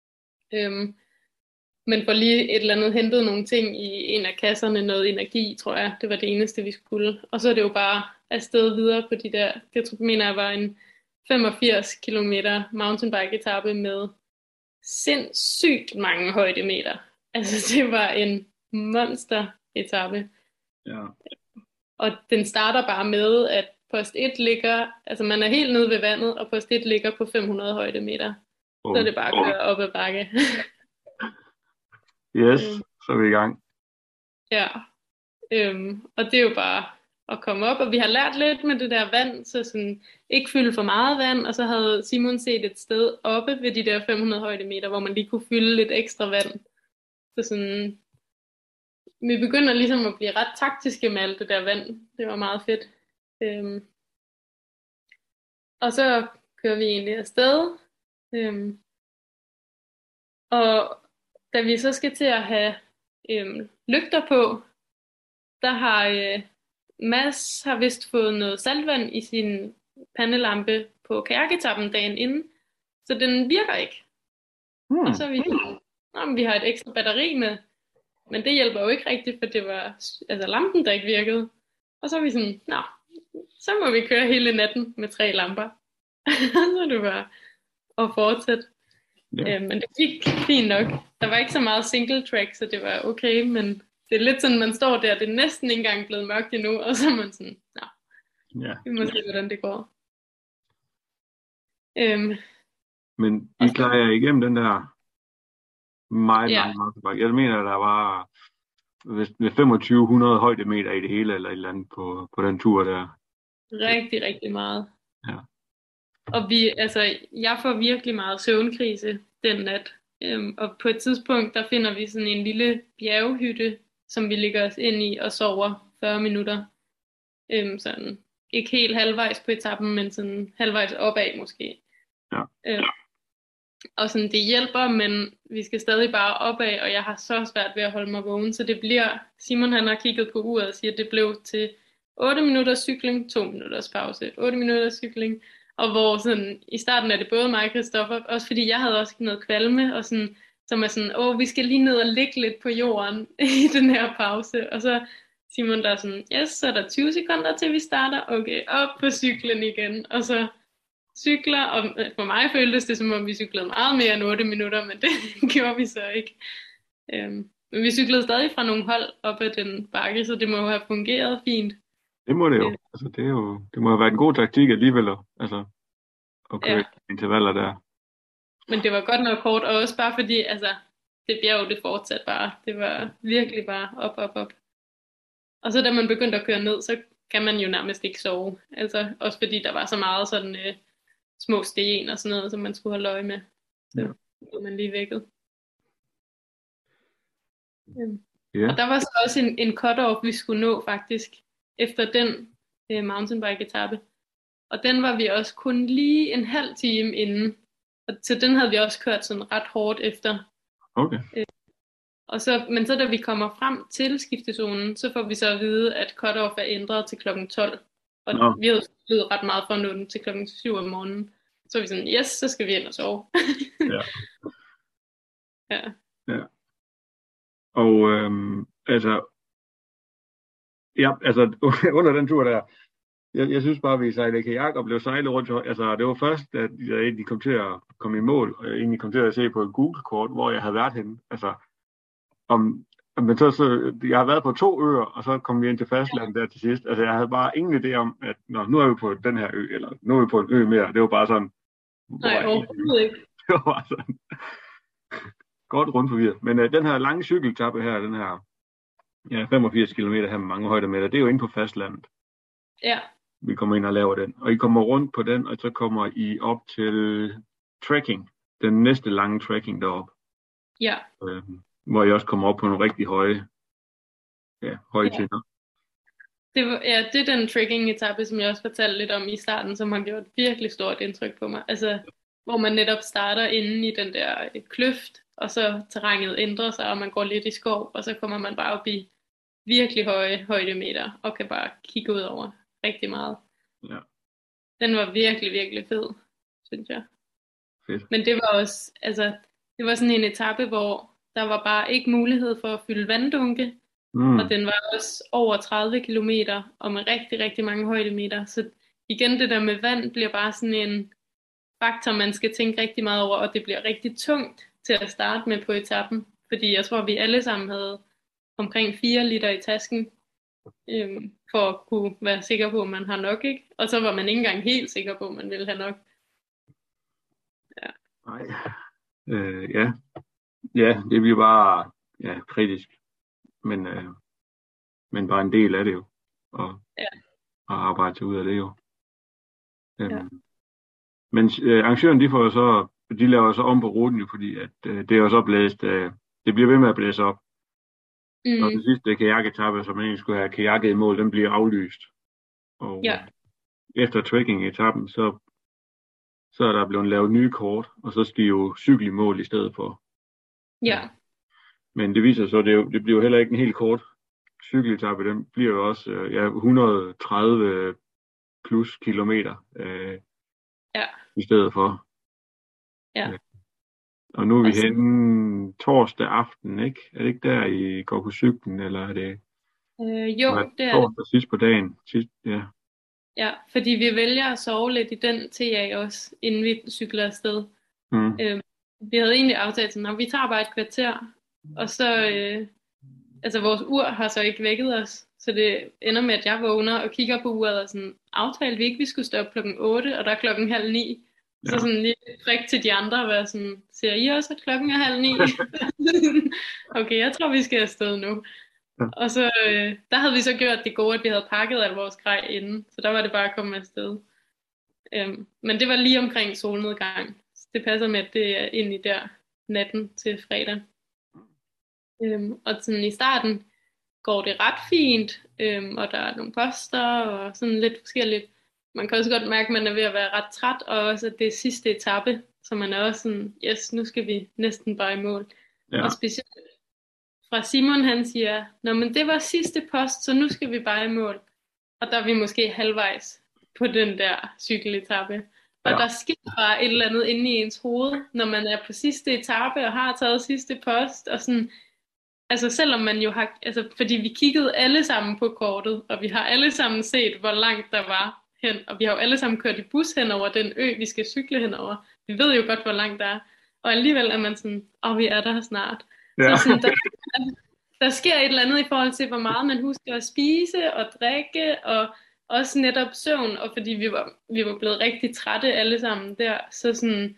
Men for lige et eller andet hentet nogle ting i en af kasserne, noget energi, tror jeg, det var det eneste, vi skulle. Og så er det jo bare afsted videre på de der, det mener jeg var en 85 kilometer mountainbike-etape med sindssygt mange højdemeter. Altså det var en monster-etape. Ja. Og den starter bare med, at post 1 ligger, altså man er helt nede ved vandet, og post 1 ligger på 500 højdemeter. Så er det bare at køre op ad bakke. Yes, så er vi i gang. Ja, og det er jo bare at komme op, og vi har lært lidt med det der vand, så sådan, ikke fylde for meget vand, og så havde Simon set et sted oppe ved de der 500 højdemeter, hvor man lige kunne fylde lidt ekstra vand. Så sådan, vi begynder ligesom at blive ret taktiske med alt det der vand. Det var meget fedt. Og så kører vi egentlig afsted. Og da vi så skal til at have lygter på, der har Mads har vist fået noget saltvand i sin pandelampe på kajaketappen dagen inden, så den virker ikke. Og så er vi sådan, vi har et ekstra batteri med, men det hjælper jo ikke rigtigt, for det var altså lampen, der ikke virkede. Og så er vi sådan, så må vi køre hele natten med 3 lamper. Så det var at fortsætte. Ja. Men det gik fint nok. Der var ikke så meget single track, så det var okay, men det er lidt sådan, man står der, det er næsten ikke engang blevet mørkt endnu, og så er man sådan, vi må se, hvordan det går. Men I klarer jer igennem den der meget lange mountainbike. Jeg mener, der var med 2500 højdemeter i det hele, eller et eller andet på den tur der. Rigtig, rigtig meget. Ja. Og jeg får virkelig meget søvnkrise den nat. Og på et tidspunkt, der finder vi sådan en lille bjerghytte, som vi ligger os ind i og sover 40 minutter. Sådan, ikke helt halvvejs på etappen, men sådan halvvejs opad måske. Ja. Og sådan, det hjælper, men vi skal stadig bare opad, og jeg har så svært ved at holde mig vågen, så det bliver, Simon han har kigget på uret og siger, at det blev til 8 minutters cykling, 2 minutters pause, 8 minutters cykling, og hvor sådan, i starten er det både mig og Christoffer, også fordi jeg havde også noget kvalme, og sådan, som er sådan, vi skal lige ned og ligge lidt på jorden i den her pause, og så Simon der er sådan, yes, så er der 20 sekunder til vi starter, okay, op på cyklen igen, og så cykler, og for mig føltes det som om vi cyklede meget mere end 8 minutter, men det gjorde vi så ikke. Men vi cyklede stadig fra nogle hold op ad den bakke, så det må jo have fungeret fint. Det må det jo. Altså, det må have været en god taktik alligevel, at køre intervaller der. Men det var godt nok kort, og også bare fordi, det bjerg, det fortsatte bare. Det var virkelig bare op. Og så da man begyndte at køre ned, så kan man jo nærmest ikke sove. Altså også fordi der var så meget sådan små sten og sådan noget, som man skulle holde øje med. Så blev man lige vækket. Og der var så også en cut-off, vi skulle nå faktisk, efter den mountainbike-etape. Og den var vi også kun lige en halv time inden. Og til den havde vi også kørt sådan ret hårdt efter. Okay. Men så da vi kommer frem til skiftezonen, så får vi så at vide, at cut-off er ændret til klokken 12. Og vi havde spillet ret meget for at nå den til klokken 7 om morgenen. Så var vi sådan, yes, så skal vi ind og sove. Ja. Og under den tur der, jeg synes bare, vi sejlede kajak og blev sejlet rundt. Altså, det var først, at jeg egentlig kom til at komme i mål, og jeg egentlig kom til at se på et Google-kort, hvor jeg havde været henne. Altså, men så, jeg har været på 2 øer, og så kom vi ind til fastlandet der til sidst. Altså, jeg havde bare ingen idé om, at nu er vi på den her ø, eller nu er vi på en ø mere. Det var bare sådan. Nej, overhovedet ikke. Det var bare sådan. Godt rundt forvirret. Men den her lange cykeltappe her, den her 85 km her med mange højdemeter, det er jo inde på fastlandet. Ja. Vi kommer ind og laver den. Og I kommer rundt på den, og så kommer I op til trekking. Den næste lange trekking deroppe. Ja. Hvor I også kommer op på nogle rigtig høje tinder. Det er den trekking-etappe, som jeg også fortalte lidt om i starten, som har gjort virkelig stort indtryk på mig. Altså, hvor man netop starter inde i den der kløft, og så terrænet ændrer sig, og man går lidt i skov, og så kommer man bare op i virkelig høje højdemeter, og kan bare kigge ud over rigtig meget. Ja. Den var virkelig, virkelig fed, synes jeg. Fedt. Men det var også, det var sådan en etape, hvor der var bare ikke mulighed for at fylde vanddunke, og den var også over 30 kilometer, og med rigtig, rigtig mange højdemeter. Så igen, det der med vand bliver bare sådan en faktor, man skal tænke rigtig meget over, og det bliver rigtig tungt til at starte med på etappen, fordi jeg tror, vi alle sammen havde omkring 4 liter i tasken, for at kunne være sikker på, at man har nok, ikke? Og så var man ikke engang helt sikker på, at man ville have nok. Ja. Nej. Ja, det bliver bare kritisk, men bare en del af det jo. Ja. og arbejde sig ud af det jo. Ja. Men arrangøren, de laver jo så om på ruten jo, fordi at det er jo så blæst, det bliver ved med at blæse op. Og den sidste kajaketappe, som man egentlig skulle have kajakket i mål, den bliver aflyst. Og efter trekking-etappen, så er der blevet lavet nye kort, og så skal I jo cykle i mål i stedet for. Ja. Men det viser så, det bliver jo heller ikke en helt kort cykeletappe. Den bliver jo også 130 plus kilometer i stedet for. Ja. Og nu er vi henne torsdag aften, ikke? Er det ikke der, I går på cyklen, eller er det? Jo, det er torsdag sidst på dagen. Ja, fordi vi vælger at sove lidt i den TA også, inden vi cykler afsted. Vi havde egentlig aftalt sådan, at vi tager bare et kvarter, og så, altså vores ur har så ikke vækket os, så det ender med, at jeg vågner og kigger på uret og sådan, aftalte vi ikke, vi skulle stoppe 8:00, og der er 8:30. Ja. Så sådan lige prik til de andre og være sådan, ser I også, at 8:30? Okay, jeg tror, vi skal afsted nu. Ja. Og så, der havde vi så gjort det gode, at vi havde pakket al vores grej inden, så der var det bare at komme afsted. Men det var lige omkring solnedgang. Det passer med, at det er egentlig der natten til fredag. Og sådan i starten går det ret fint, og der er nogle poster og sådan lidt forskelligt. Man kan også godt mærke, at man er ved at være ret træt, og også at det er sidste etape, så man er også sådan, yes, nu skal vi næsten bare i mål. Ja. Og specielt fra Simon, han siger, nå, men det var sidste post, så nu skal vi bare i mål. Og der er vi måske halvvejs på den der cykeletappe. Og der sker bare et eller andet inde i ens hoved, når man er på sidste etape og har taget sidste post, og sådan, altså selvom man jo har, altså fordi vi kiggede alle sammen på kortet, og vi har alle sammen set, hvor langt der var hen, og vi har jo alle sammen kørt i bus hen over den ø, vi skal cykle henover. Vi ved jo godt, hvor langt der er. Og alligevel er man sådan, vi er der snart. Ja. Så sådan, der sker et eller andet i forhold til, hvor meget man husker at spise og drikke, og også netop søvn, og fordi vi var blevet rigtig trætte alle sammen der, så sådan,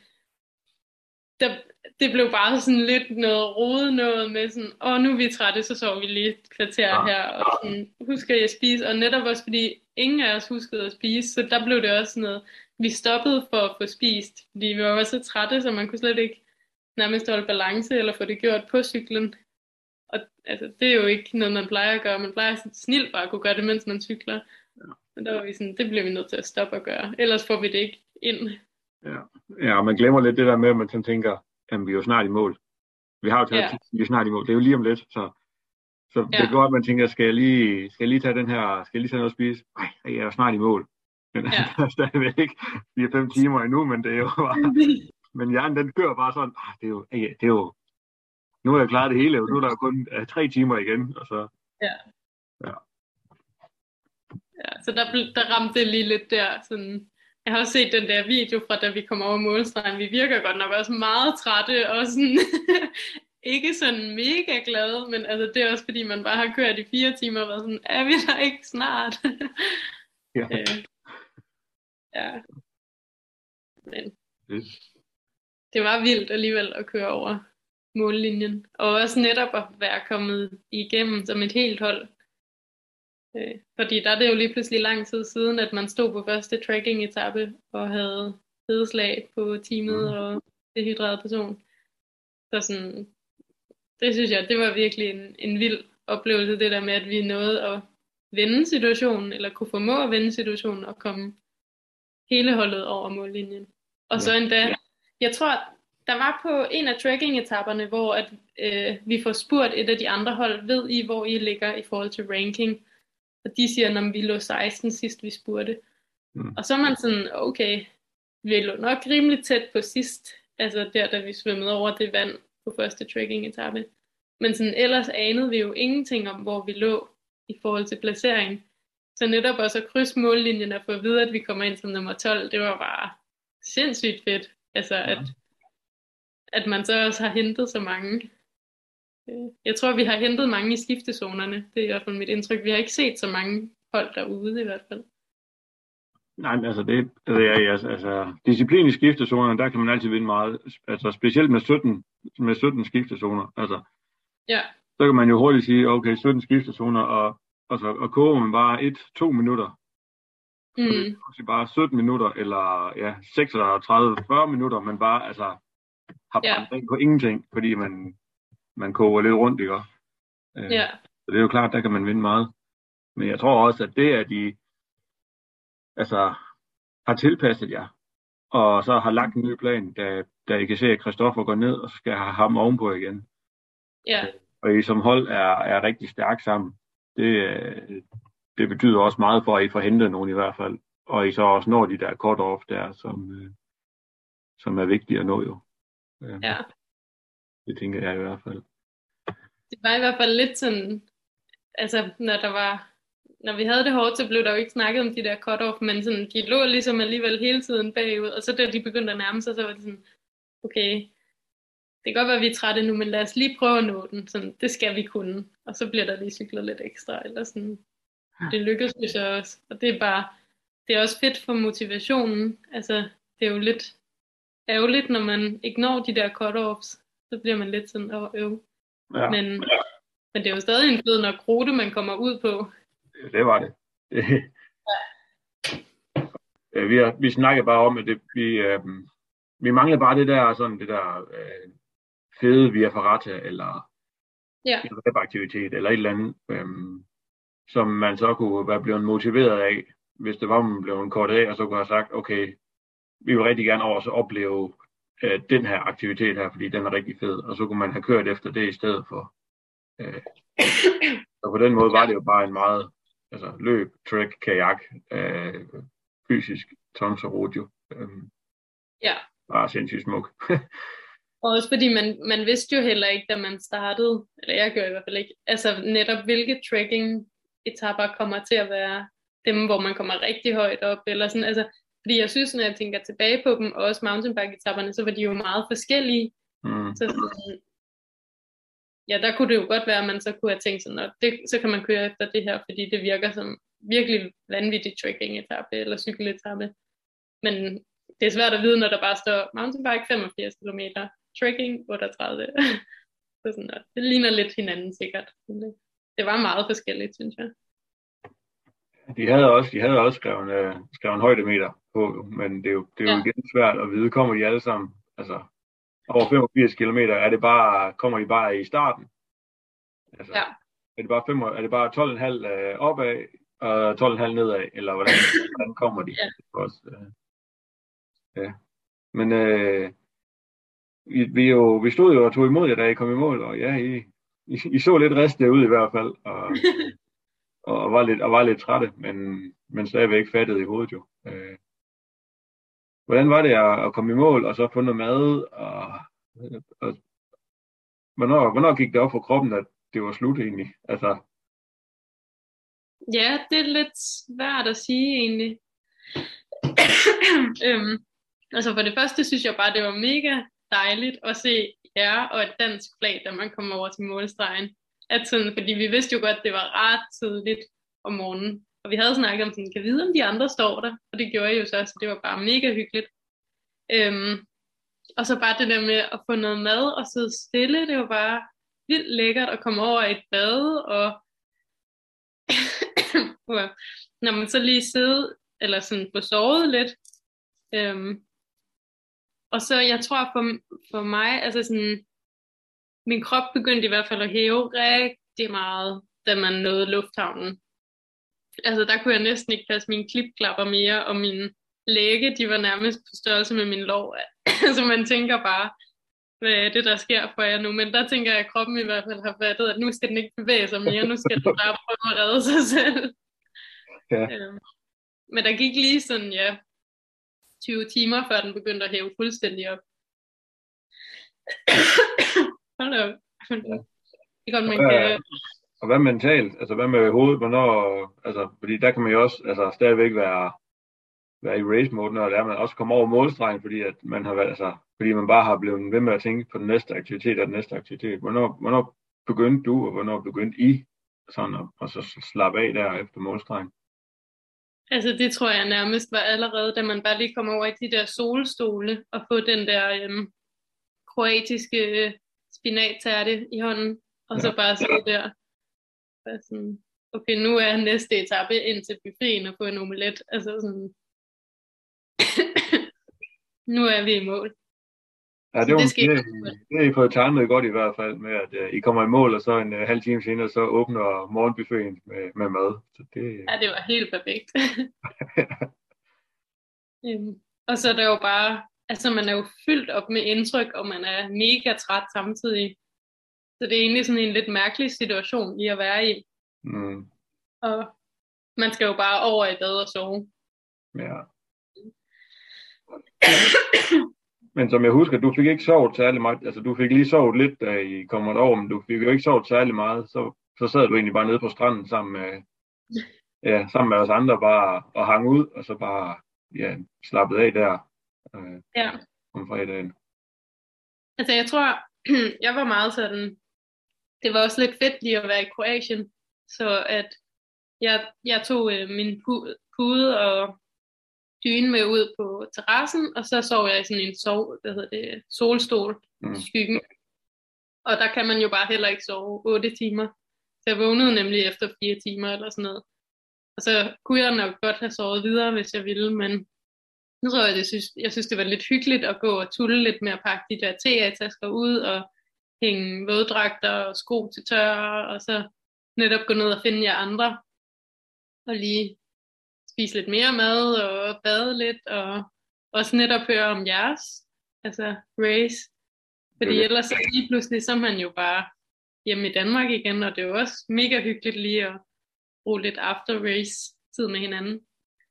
det blev bare sådan lidt noget rodet noget med sådan, nu er vi trætte, så sover vi lige et kvarter her, og sådan, husker jeg at spise, og netop også fordi ingen af os huskede at spise, så der blev det også noget, vi stoppede for at få spist, fordi vi var så trætte, så man kunne slet ikke nærmest holde balance, eller få det gjort på cyklen. Og altså, det er jo ikke noget, man plejer at gøre, man plejer snilt bare at kunne gøre det, mens man cykler. Men der var vi sådan, det bliver vi nødt til at stoppe og gøre, ellers får vi det ikke ind. Ja, og man glemmer lidt det der med, at man sådan tænker, jamen vi er jo snart i mål. Vi har jo taget vi er snart i mål, det er jo lige om lidt, så det er godt, at man tænker, skal jeg lige tage den her, skal jeg lige tage noget at spise? Nej, jeg er jo snart i mål. Men der er stadigvæk ikke 4-5 timer endnu, men det er jo bare, men hjernen den kører bare sådan, det er jo, nu har jeg klaret det hele, nu er der jo kun 3 timer igen, og så. Ja, så der ramte det lige lidt der, sådan. Jeg har også set den der video fra, da vi kom over målstregen. Vi virker godt nok også meget trætte, og sådan, ikke sådan mega glade, men altså, det er også fordi, man bare har kørt i 4 timer, og været sådan, er vi der ikke snart? Men det var vildt alligevel at køre over mållinjen, og også netop at være kommet igennem som et helt hold. Fordi der er det jo lige pludselig lang tid siden, at man stod på første trekking-etape og havde hedeslag på teamet og dehydreret person. Så sådan, det synes jeg, det var virkelig en vild oplevelse, det der med, at vi nåede at vende situationen, eller kunne formå at vende situationen og komme hele holdet over mållinjen. Og så endda, jeg tror, der var på en af trekking-etaperne, hvor at, vi får spurgt et af de andre hold, ved I, hvor I ligger i forhold til ranking? Og de siger, når vi lå 16 sidst vi spurgte. Og så er man sådan, okay, vi lå nok rimelig tæt på sidst, altså der, da vi svømmede over det vand på første trekking-etape. Men sådan, ellers anede vi jo ingenting om, hvor vi lå i forhold til placering. Så netop også at krydse mållinjen og få at vide, at vi kommer ind som nummer 12, det var bare sindssygt fedt. Altså, at man så også har hentet så mange. Jeg tror, vi har hentet mange i skiftezonerne. Det er i hvert fald mit indtryk. Vi har ikke set så mange hold derude i hvert fald. Nej, men altså disciplin i skiftezonerne, der kan man altid vinde meget. Altså specielt med 17 skiftezoner. Altså, så kan man jo hurtigt sige, okay, 17 skiftezoner, og koger man bare 1-2 minutter, så det Mm. er måske bare 17 minutter, eller ja, 36-40 minutter, man bare altså har Ja, brændt af på ingenting, fordi man koger lidt rundt, ikke? ja, Så det er jo klart, der kan man vinde meget. Men jeg tror også, at det, at de altså, har tilpasset jer, og så har lagt en ny plan, da I kan se, at Christoffer går ned, og så skal have ham ovenpå igen. ja, Og I som hold er rigtig stærke sammen. Det betyder også meget for, at I får hentet nogen i hvert fald. Og I så også når de der cut-off der, som er vigtige at nå jo. ja. Det tænker jeg i hvert fald. Det var i hvert fald lidt sådan, altså når vi havde det hårdt, så blev der jo ikke snakket om de der cut-off, men sådan, de lå ligesom alligevel hele tiden bagud, og så da de begyndte at nærme sig, så var det sådan, okay, det kan godt være, at vi er trætte nu, men lad os lige prøve at nå den, sådan, det skal vi kunne, og så bliver der lige cyklet lidt ekstra, eller sådan, det lykkedes jo så også, og det er også fedt for motivationen, altså, det er jo lidt ærgerligt, når man ikke når de der cut-offs, så bliver man lidt sådan, Ja. men det er jo stadig en fed nok rute, man kommer ud på. Det var det. Vi snakkede bare om, at vi manglede bare det der fede via Ferrata, eller en rep-aktivitet, eller et eller andet, som man så kunne være blevet motiveret af, hvis det var, man blev kortet af, og så kunne have sagt, okay, vi vil rigtig gerne også opleve den her aktivitet her, fordi den er rigtig fed, og så kunne man have kørt efter det i stedet for. Og på den måde var det jo bare en meget løb, trek, kajak, fysisk tonsrute jo. Ja. Bare sindssygt smuk. Og også fordi man vidste jo heller ikke, da man startede, eller jeg gjorde i hvert fald ikke, altså netop hvilke trekking-etapper kommer til at være dem, hvor man kommer rigtig højt op, eller sådan, altså, fordi jeg synes, når jeg tænker tilbage på dem, og også mountainbike-etapperne, så var de jo meget forskellige. Så sådan, ja, der kunne det jo godt være, at man så kunne have tænkt sådan, at så kan man køre efter det her, fordi det virker som virkelig vanvittig trekking-etappe eller cykeletappe. Men det er svært at vide, når der bare står mountainbike 85 km, trekking 38. Så sådan, det ligner lidt hinanden sikkert. Det var meget forskelligt, synes jeg. De havde også skrevet en højdemeter på, men det er jo igen svært at vide, kommer de alle sammen, altså over 85 km, kommer de bare i starten? Altså, er det bare 12,5 opad og 12,5 nedad, eller hvordan kommer de? Ja. Men vi stod jo og tog imod jer, da I kom i mål, og ja, I så lidt ristet ud i hvert fald, og var lidt trætte, men stadigvæk fattet i hovedet jo. Hvordan var det at komme i mål, og så få noget mad, og hvornår gik det op for kroppen, at det var slut egentlig? Altså... Ja, det er lidt svært at sige egentlig. Altså for det første synes jeg bare, det var mega dejligt at se jer og et dansk flag, da man kom over til målstregen. At sådan, fordi vi vidste jo godt, det var ret tidligt om morgenen. Og vi havde snakket om sådan, kan vide, om de andre står der? Og det gjorde jeg jo så det var bare mega hyggeligt. Og så bare det der med at få noget mad og sidde stille, det var bare vildt lækkert at komme over i et bad, og når man så lige sidder, eller sådan få sovet lidt. Og så jeg tror for mig, altså sådan, min krop begyndte i hvert fald at hæve rigtig meget, da man nåede lufthavnen. Altså der kunne jeg næsten ikke passe mine klipklapper mere, og mine lægge, de var nærmest på størrelse med min lår. Så man tænker bare, hvad er det, der sker for jer nu? Men der tænker jeg, at kroppen i hvert fald har fattet, at nu skal den ikke bevæge sig mere, nu skal den bare prøve at redde sig selv. Ja. Men der gik lige sådan, 20 timer, før den begyndte at hæve fuldstændig op. Hold da op. Det er godt, man kan... Og hvad mentalt? Altså hvad med hovedet? Fordi der kan man jo også stadigvæk være i race mode, når man også kommer over målstregen, fordi at man har været, fordi man bare har blevet ved med at tænke på den næste aktivitet og den næste aktivitet. Hvornår begyndte du, og hvornår begyndte I sådan og så slappe af der efter målstregen? Altså det tror jeg nærmest var allerede, da man bare lige kom over i de der solstole og få den der kroatiske spinattærte i hånden, og så bare sidde der. Sådan, okay, nu er næste etape ind til buffeten og få en omelet. Altså sådan, nu er vi i mål. Ja, Så det, det skal det er I fået timet godt i hvert fald med, at I kommer i mål, og så en halv time senere, så åbner morgenbuffeten med mad. Så det... Ja, det var helt perfekt. Og så er der jo bare, altså man er jo fyldt op med indtryk, og man er mega træt samtidig. Så det er egentlig sådan en lidt mærkelig situation i at være i. Mm, Og man skal jo bare over i bad og sove. ja. Men som jeg husker, du fik ikke sovet særlig meget. Altså, du fik lige sovet lidt, da I kommer derover, men du fik jo ikke sovet særlig meget. Så sad du egentlig bare nede på stranden sammen med os andre bare og hang ud, og så bare slappet af der Ja. om fredagen. Altså jeg tror, jeg var meget sådan, det var også lidt fedt lige at være i Kroatien, så at jeg tog min pude og dyne med ud på terrassen, og så sov jeg i sådan en solstol i skyggen. Og der kan man jo bare heller ikke sove 8 timer. Så jeg vågnede nemlig efter 4 timer eller sådan noget. Og så kunne jeg nok godt have sovet videre, hvis jeg ville, men nu tror jeg synes, det var lidt hyggeligt at gå og tulle lidt med at pakke de der TA-tasker ud og hænge våddragter og sko til tørre, og så netop gå ned og finde jer andre, og lige spise lidt mere mad og bade lidt, og også netop høre om jeres, altså race. Fordi ellers så lige pludselig, så er man jo bare hjemme i Danmark igen, og det er jo også mega hyggeligt lige at bruge lidt after race tid med hinanden.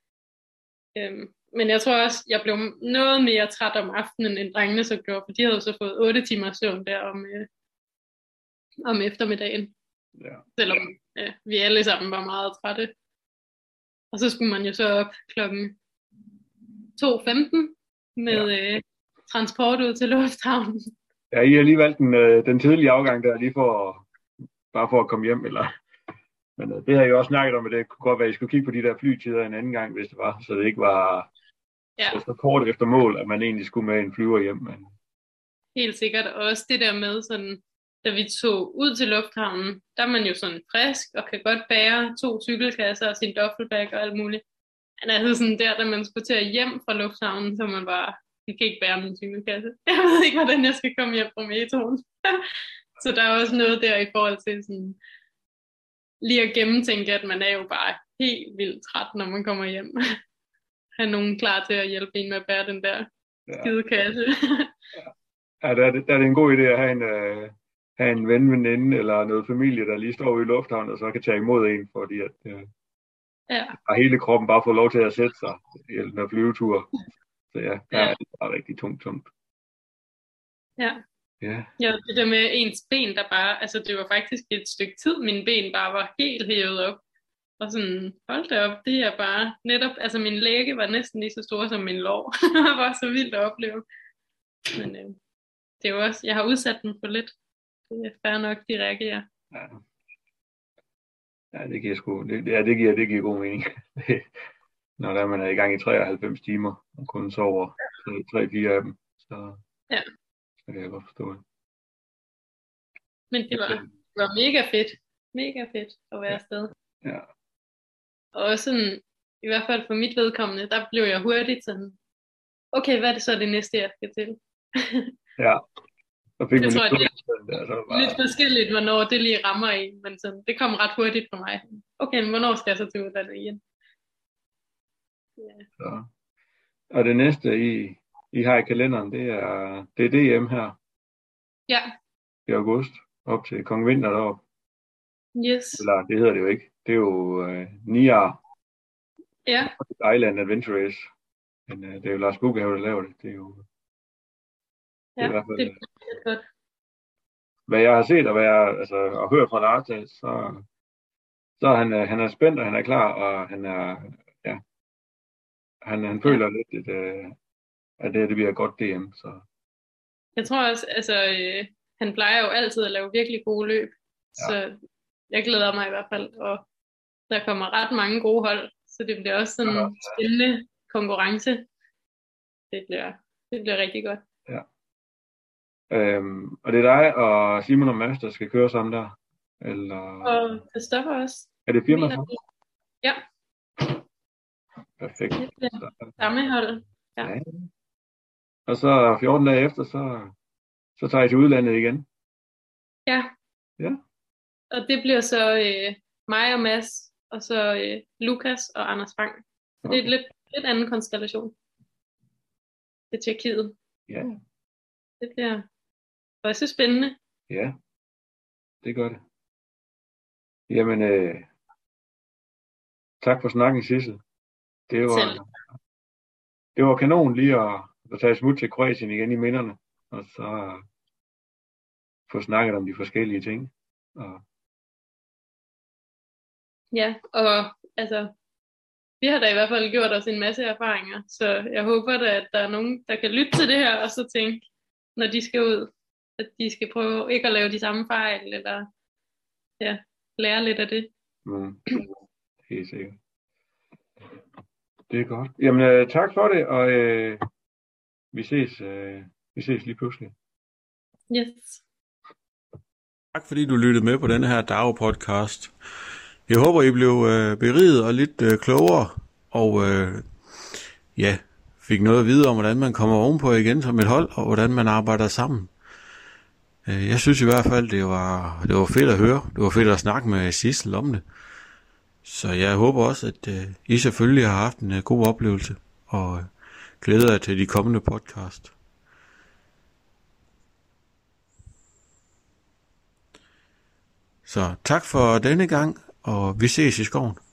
Men jeg tror også, jeg blev noget mere træt om aftenen, end drengene så gjorde, for de havde så fået 8 timers søvn der om eftermiddagen. Ja. Selvom vi alle sammen var meget trætte. Og så skulle man jo så op klokken 2:15 med transport ud til lufthavnen. Ja, I har lige valgt den tidlige afgang der, lige bare for at komme hjem, eller... Men det har jeg jo også snakket om, at det kunne godt være, at I skulle kigge på de der flytider en anden gang, hvis det var, så det ikke var så kort efter mål, at man egentlig skulle med en flyver hjem. Men... Helt sikkert, og også det der med, sådan, da vi tog ud til lufthavnen, der er man jo sådan frisk, og kan godt bære 2 cykelkasser og sin duffelbag og alt muligt. Men altså sådan der, da man skulle til at hjem fra lufthavnen, så man bare, jeg kan ikke bære min cykelkasse. Jeg ved ikke, hvordan jeg skal komme hjem fra metroen. Så der er også noget der i forhold til sådan, lige at gennemtænke, at man er jo bare helt vildt træt, når man kommer hjem. Have nogen klar til at hjælpe en med at bære den der skide kasse. Ja, der er det en god idé at have en veninde eller noget familie, der lige står ude i lufthavnen, og så kan tage imod en, fordi at hele kroppen bare får lov til at sætte sig i den her flyvetur. Så der er det bare rigtig tungt. Ja, det der med ens ben, der bare, altså det var faktisk et stykke tid, mine ben bare var helt hævet op. Og sådan, hold da op, det er bare netop, altså min læge var næsten lige så store som min lår. Det var så vildt at opleve. Men det er jo også, jeg har udsat den for lidt. Det er fair nok, de reagerer. Ja, det giver god mening. Når der man er i gang i 93 timer, og kun sover 3-4 af dem, så kan jeg godt forstå det. Men det var mega fedt. Mega fedt at være afsted. Ja. Og også sådan, i hvert fald for mit vedkommende, der blev jeg hurtigt sådan, okay, hvad er det så det næste, jeg skal til? Ja. Så fik jeg tror, det er lidt forskelligt, hvornår det lige rammer i, men sådan, det kom ret hurtigt for mig. Okay, men hvornår skal jeg så til udlandet igen? Ja. Så. Og det næste, I har i kalenderen, det er DM her. Ja. I august, op til Kong Vinter deroppe. Yes. Eller det hedder det jo ikke. Det er jo Niar. Ja. Island Adventure Race. Men det er jo Lars Bukhave, der laver det. Det er jo... Ja, det er godt. Hvad jeg har set og hørt fra Lars, så han er spændt, og han er klar, og han er, han føler lidt, at det bliver et godt DM. Så. Jeg tror også, han plejer jo altid at lave virkelig gode løb, så jeg glæder mig i hvert fald, og der kommer ret mange gode hold, så det bliver også sådan en spændende konkurrence. Det bliver rigtig godt. Ja. Og det er dig og Simon og Mads, der skal køre sammen der? Eller... Og Christoffer også. Er det firmahold? Ja. Perfekt. Det bliver samme hold. Ja. Ja. Og så 14 dage efter, så tager jeg til udlandet igen. Ja. Ja. Og det bliver så mig og Mads, og så Lukas og Anders Frank. Så det er et lidt anden konstellation. Det er Tjekkiet. Ja. Det bliver også spændende. Ja, det gør det. Jamen, tak for snakken, Sissel. Det var kanon lige at tage smut til Kroatien igen i minderne, og så få snakket om de forskellige ting. Og... Ja, og altså, vi har da i hvert fald gjort os en masse erfaringer, så jeg håber da, at der er nogen, der kan lytte til det her, og så tænke, når de skal ud, at de skal prøve ikke at lave de samme fejl, eller ja, lære lidt af det. Helt sikkert. Det er godt. Jamen, tak for det, og vi ses lige pludselig. Yes. Tak fordi du lyttede med på denne her DAO-podcast. Jeg håber, I blev beriget og lidt klogere, og fik noget at vide om, hvordan man kommer ovenpå igen som et hold, og hvordan man arbejder sammen. Jeg synes i hvert fald, det var fedt at høre. Det var fedt at snakke med Sissel om det. Så jeg håber også, at I selvfølgelig har haft en god oplevelse, og glæder jer til de kommende podcast. Så tak for denne gang, og vi ses i skoven.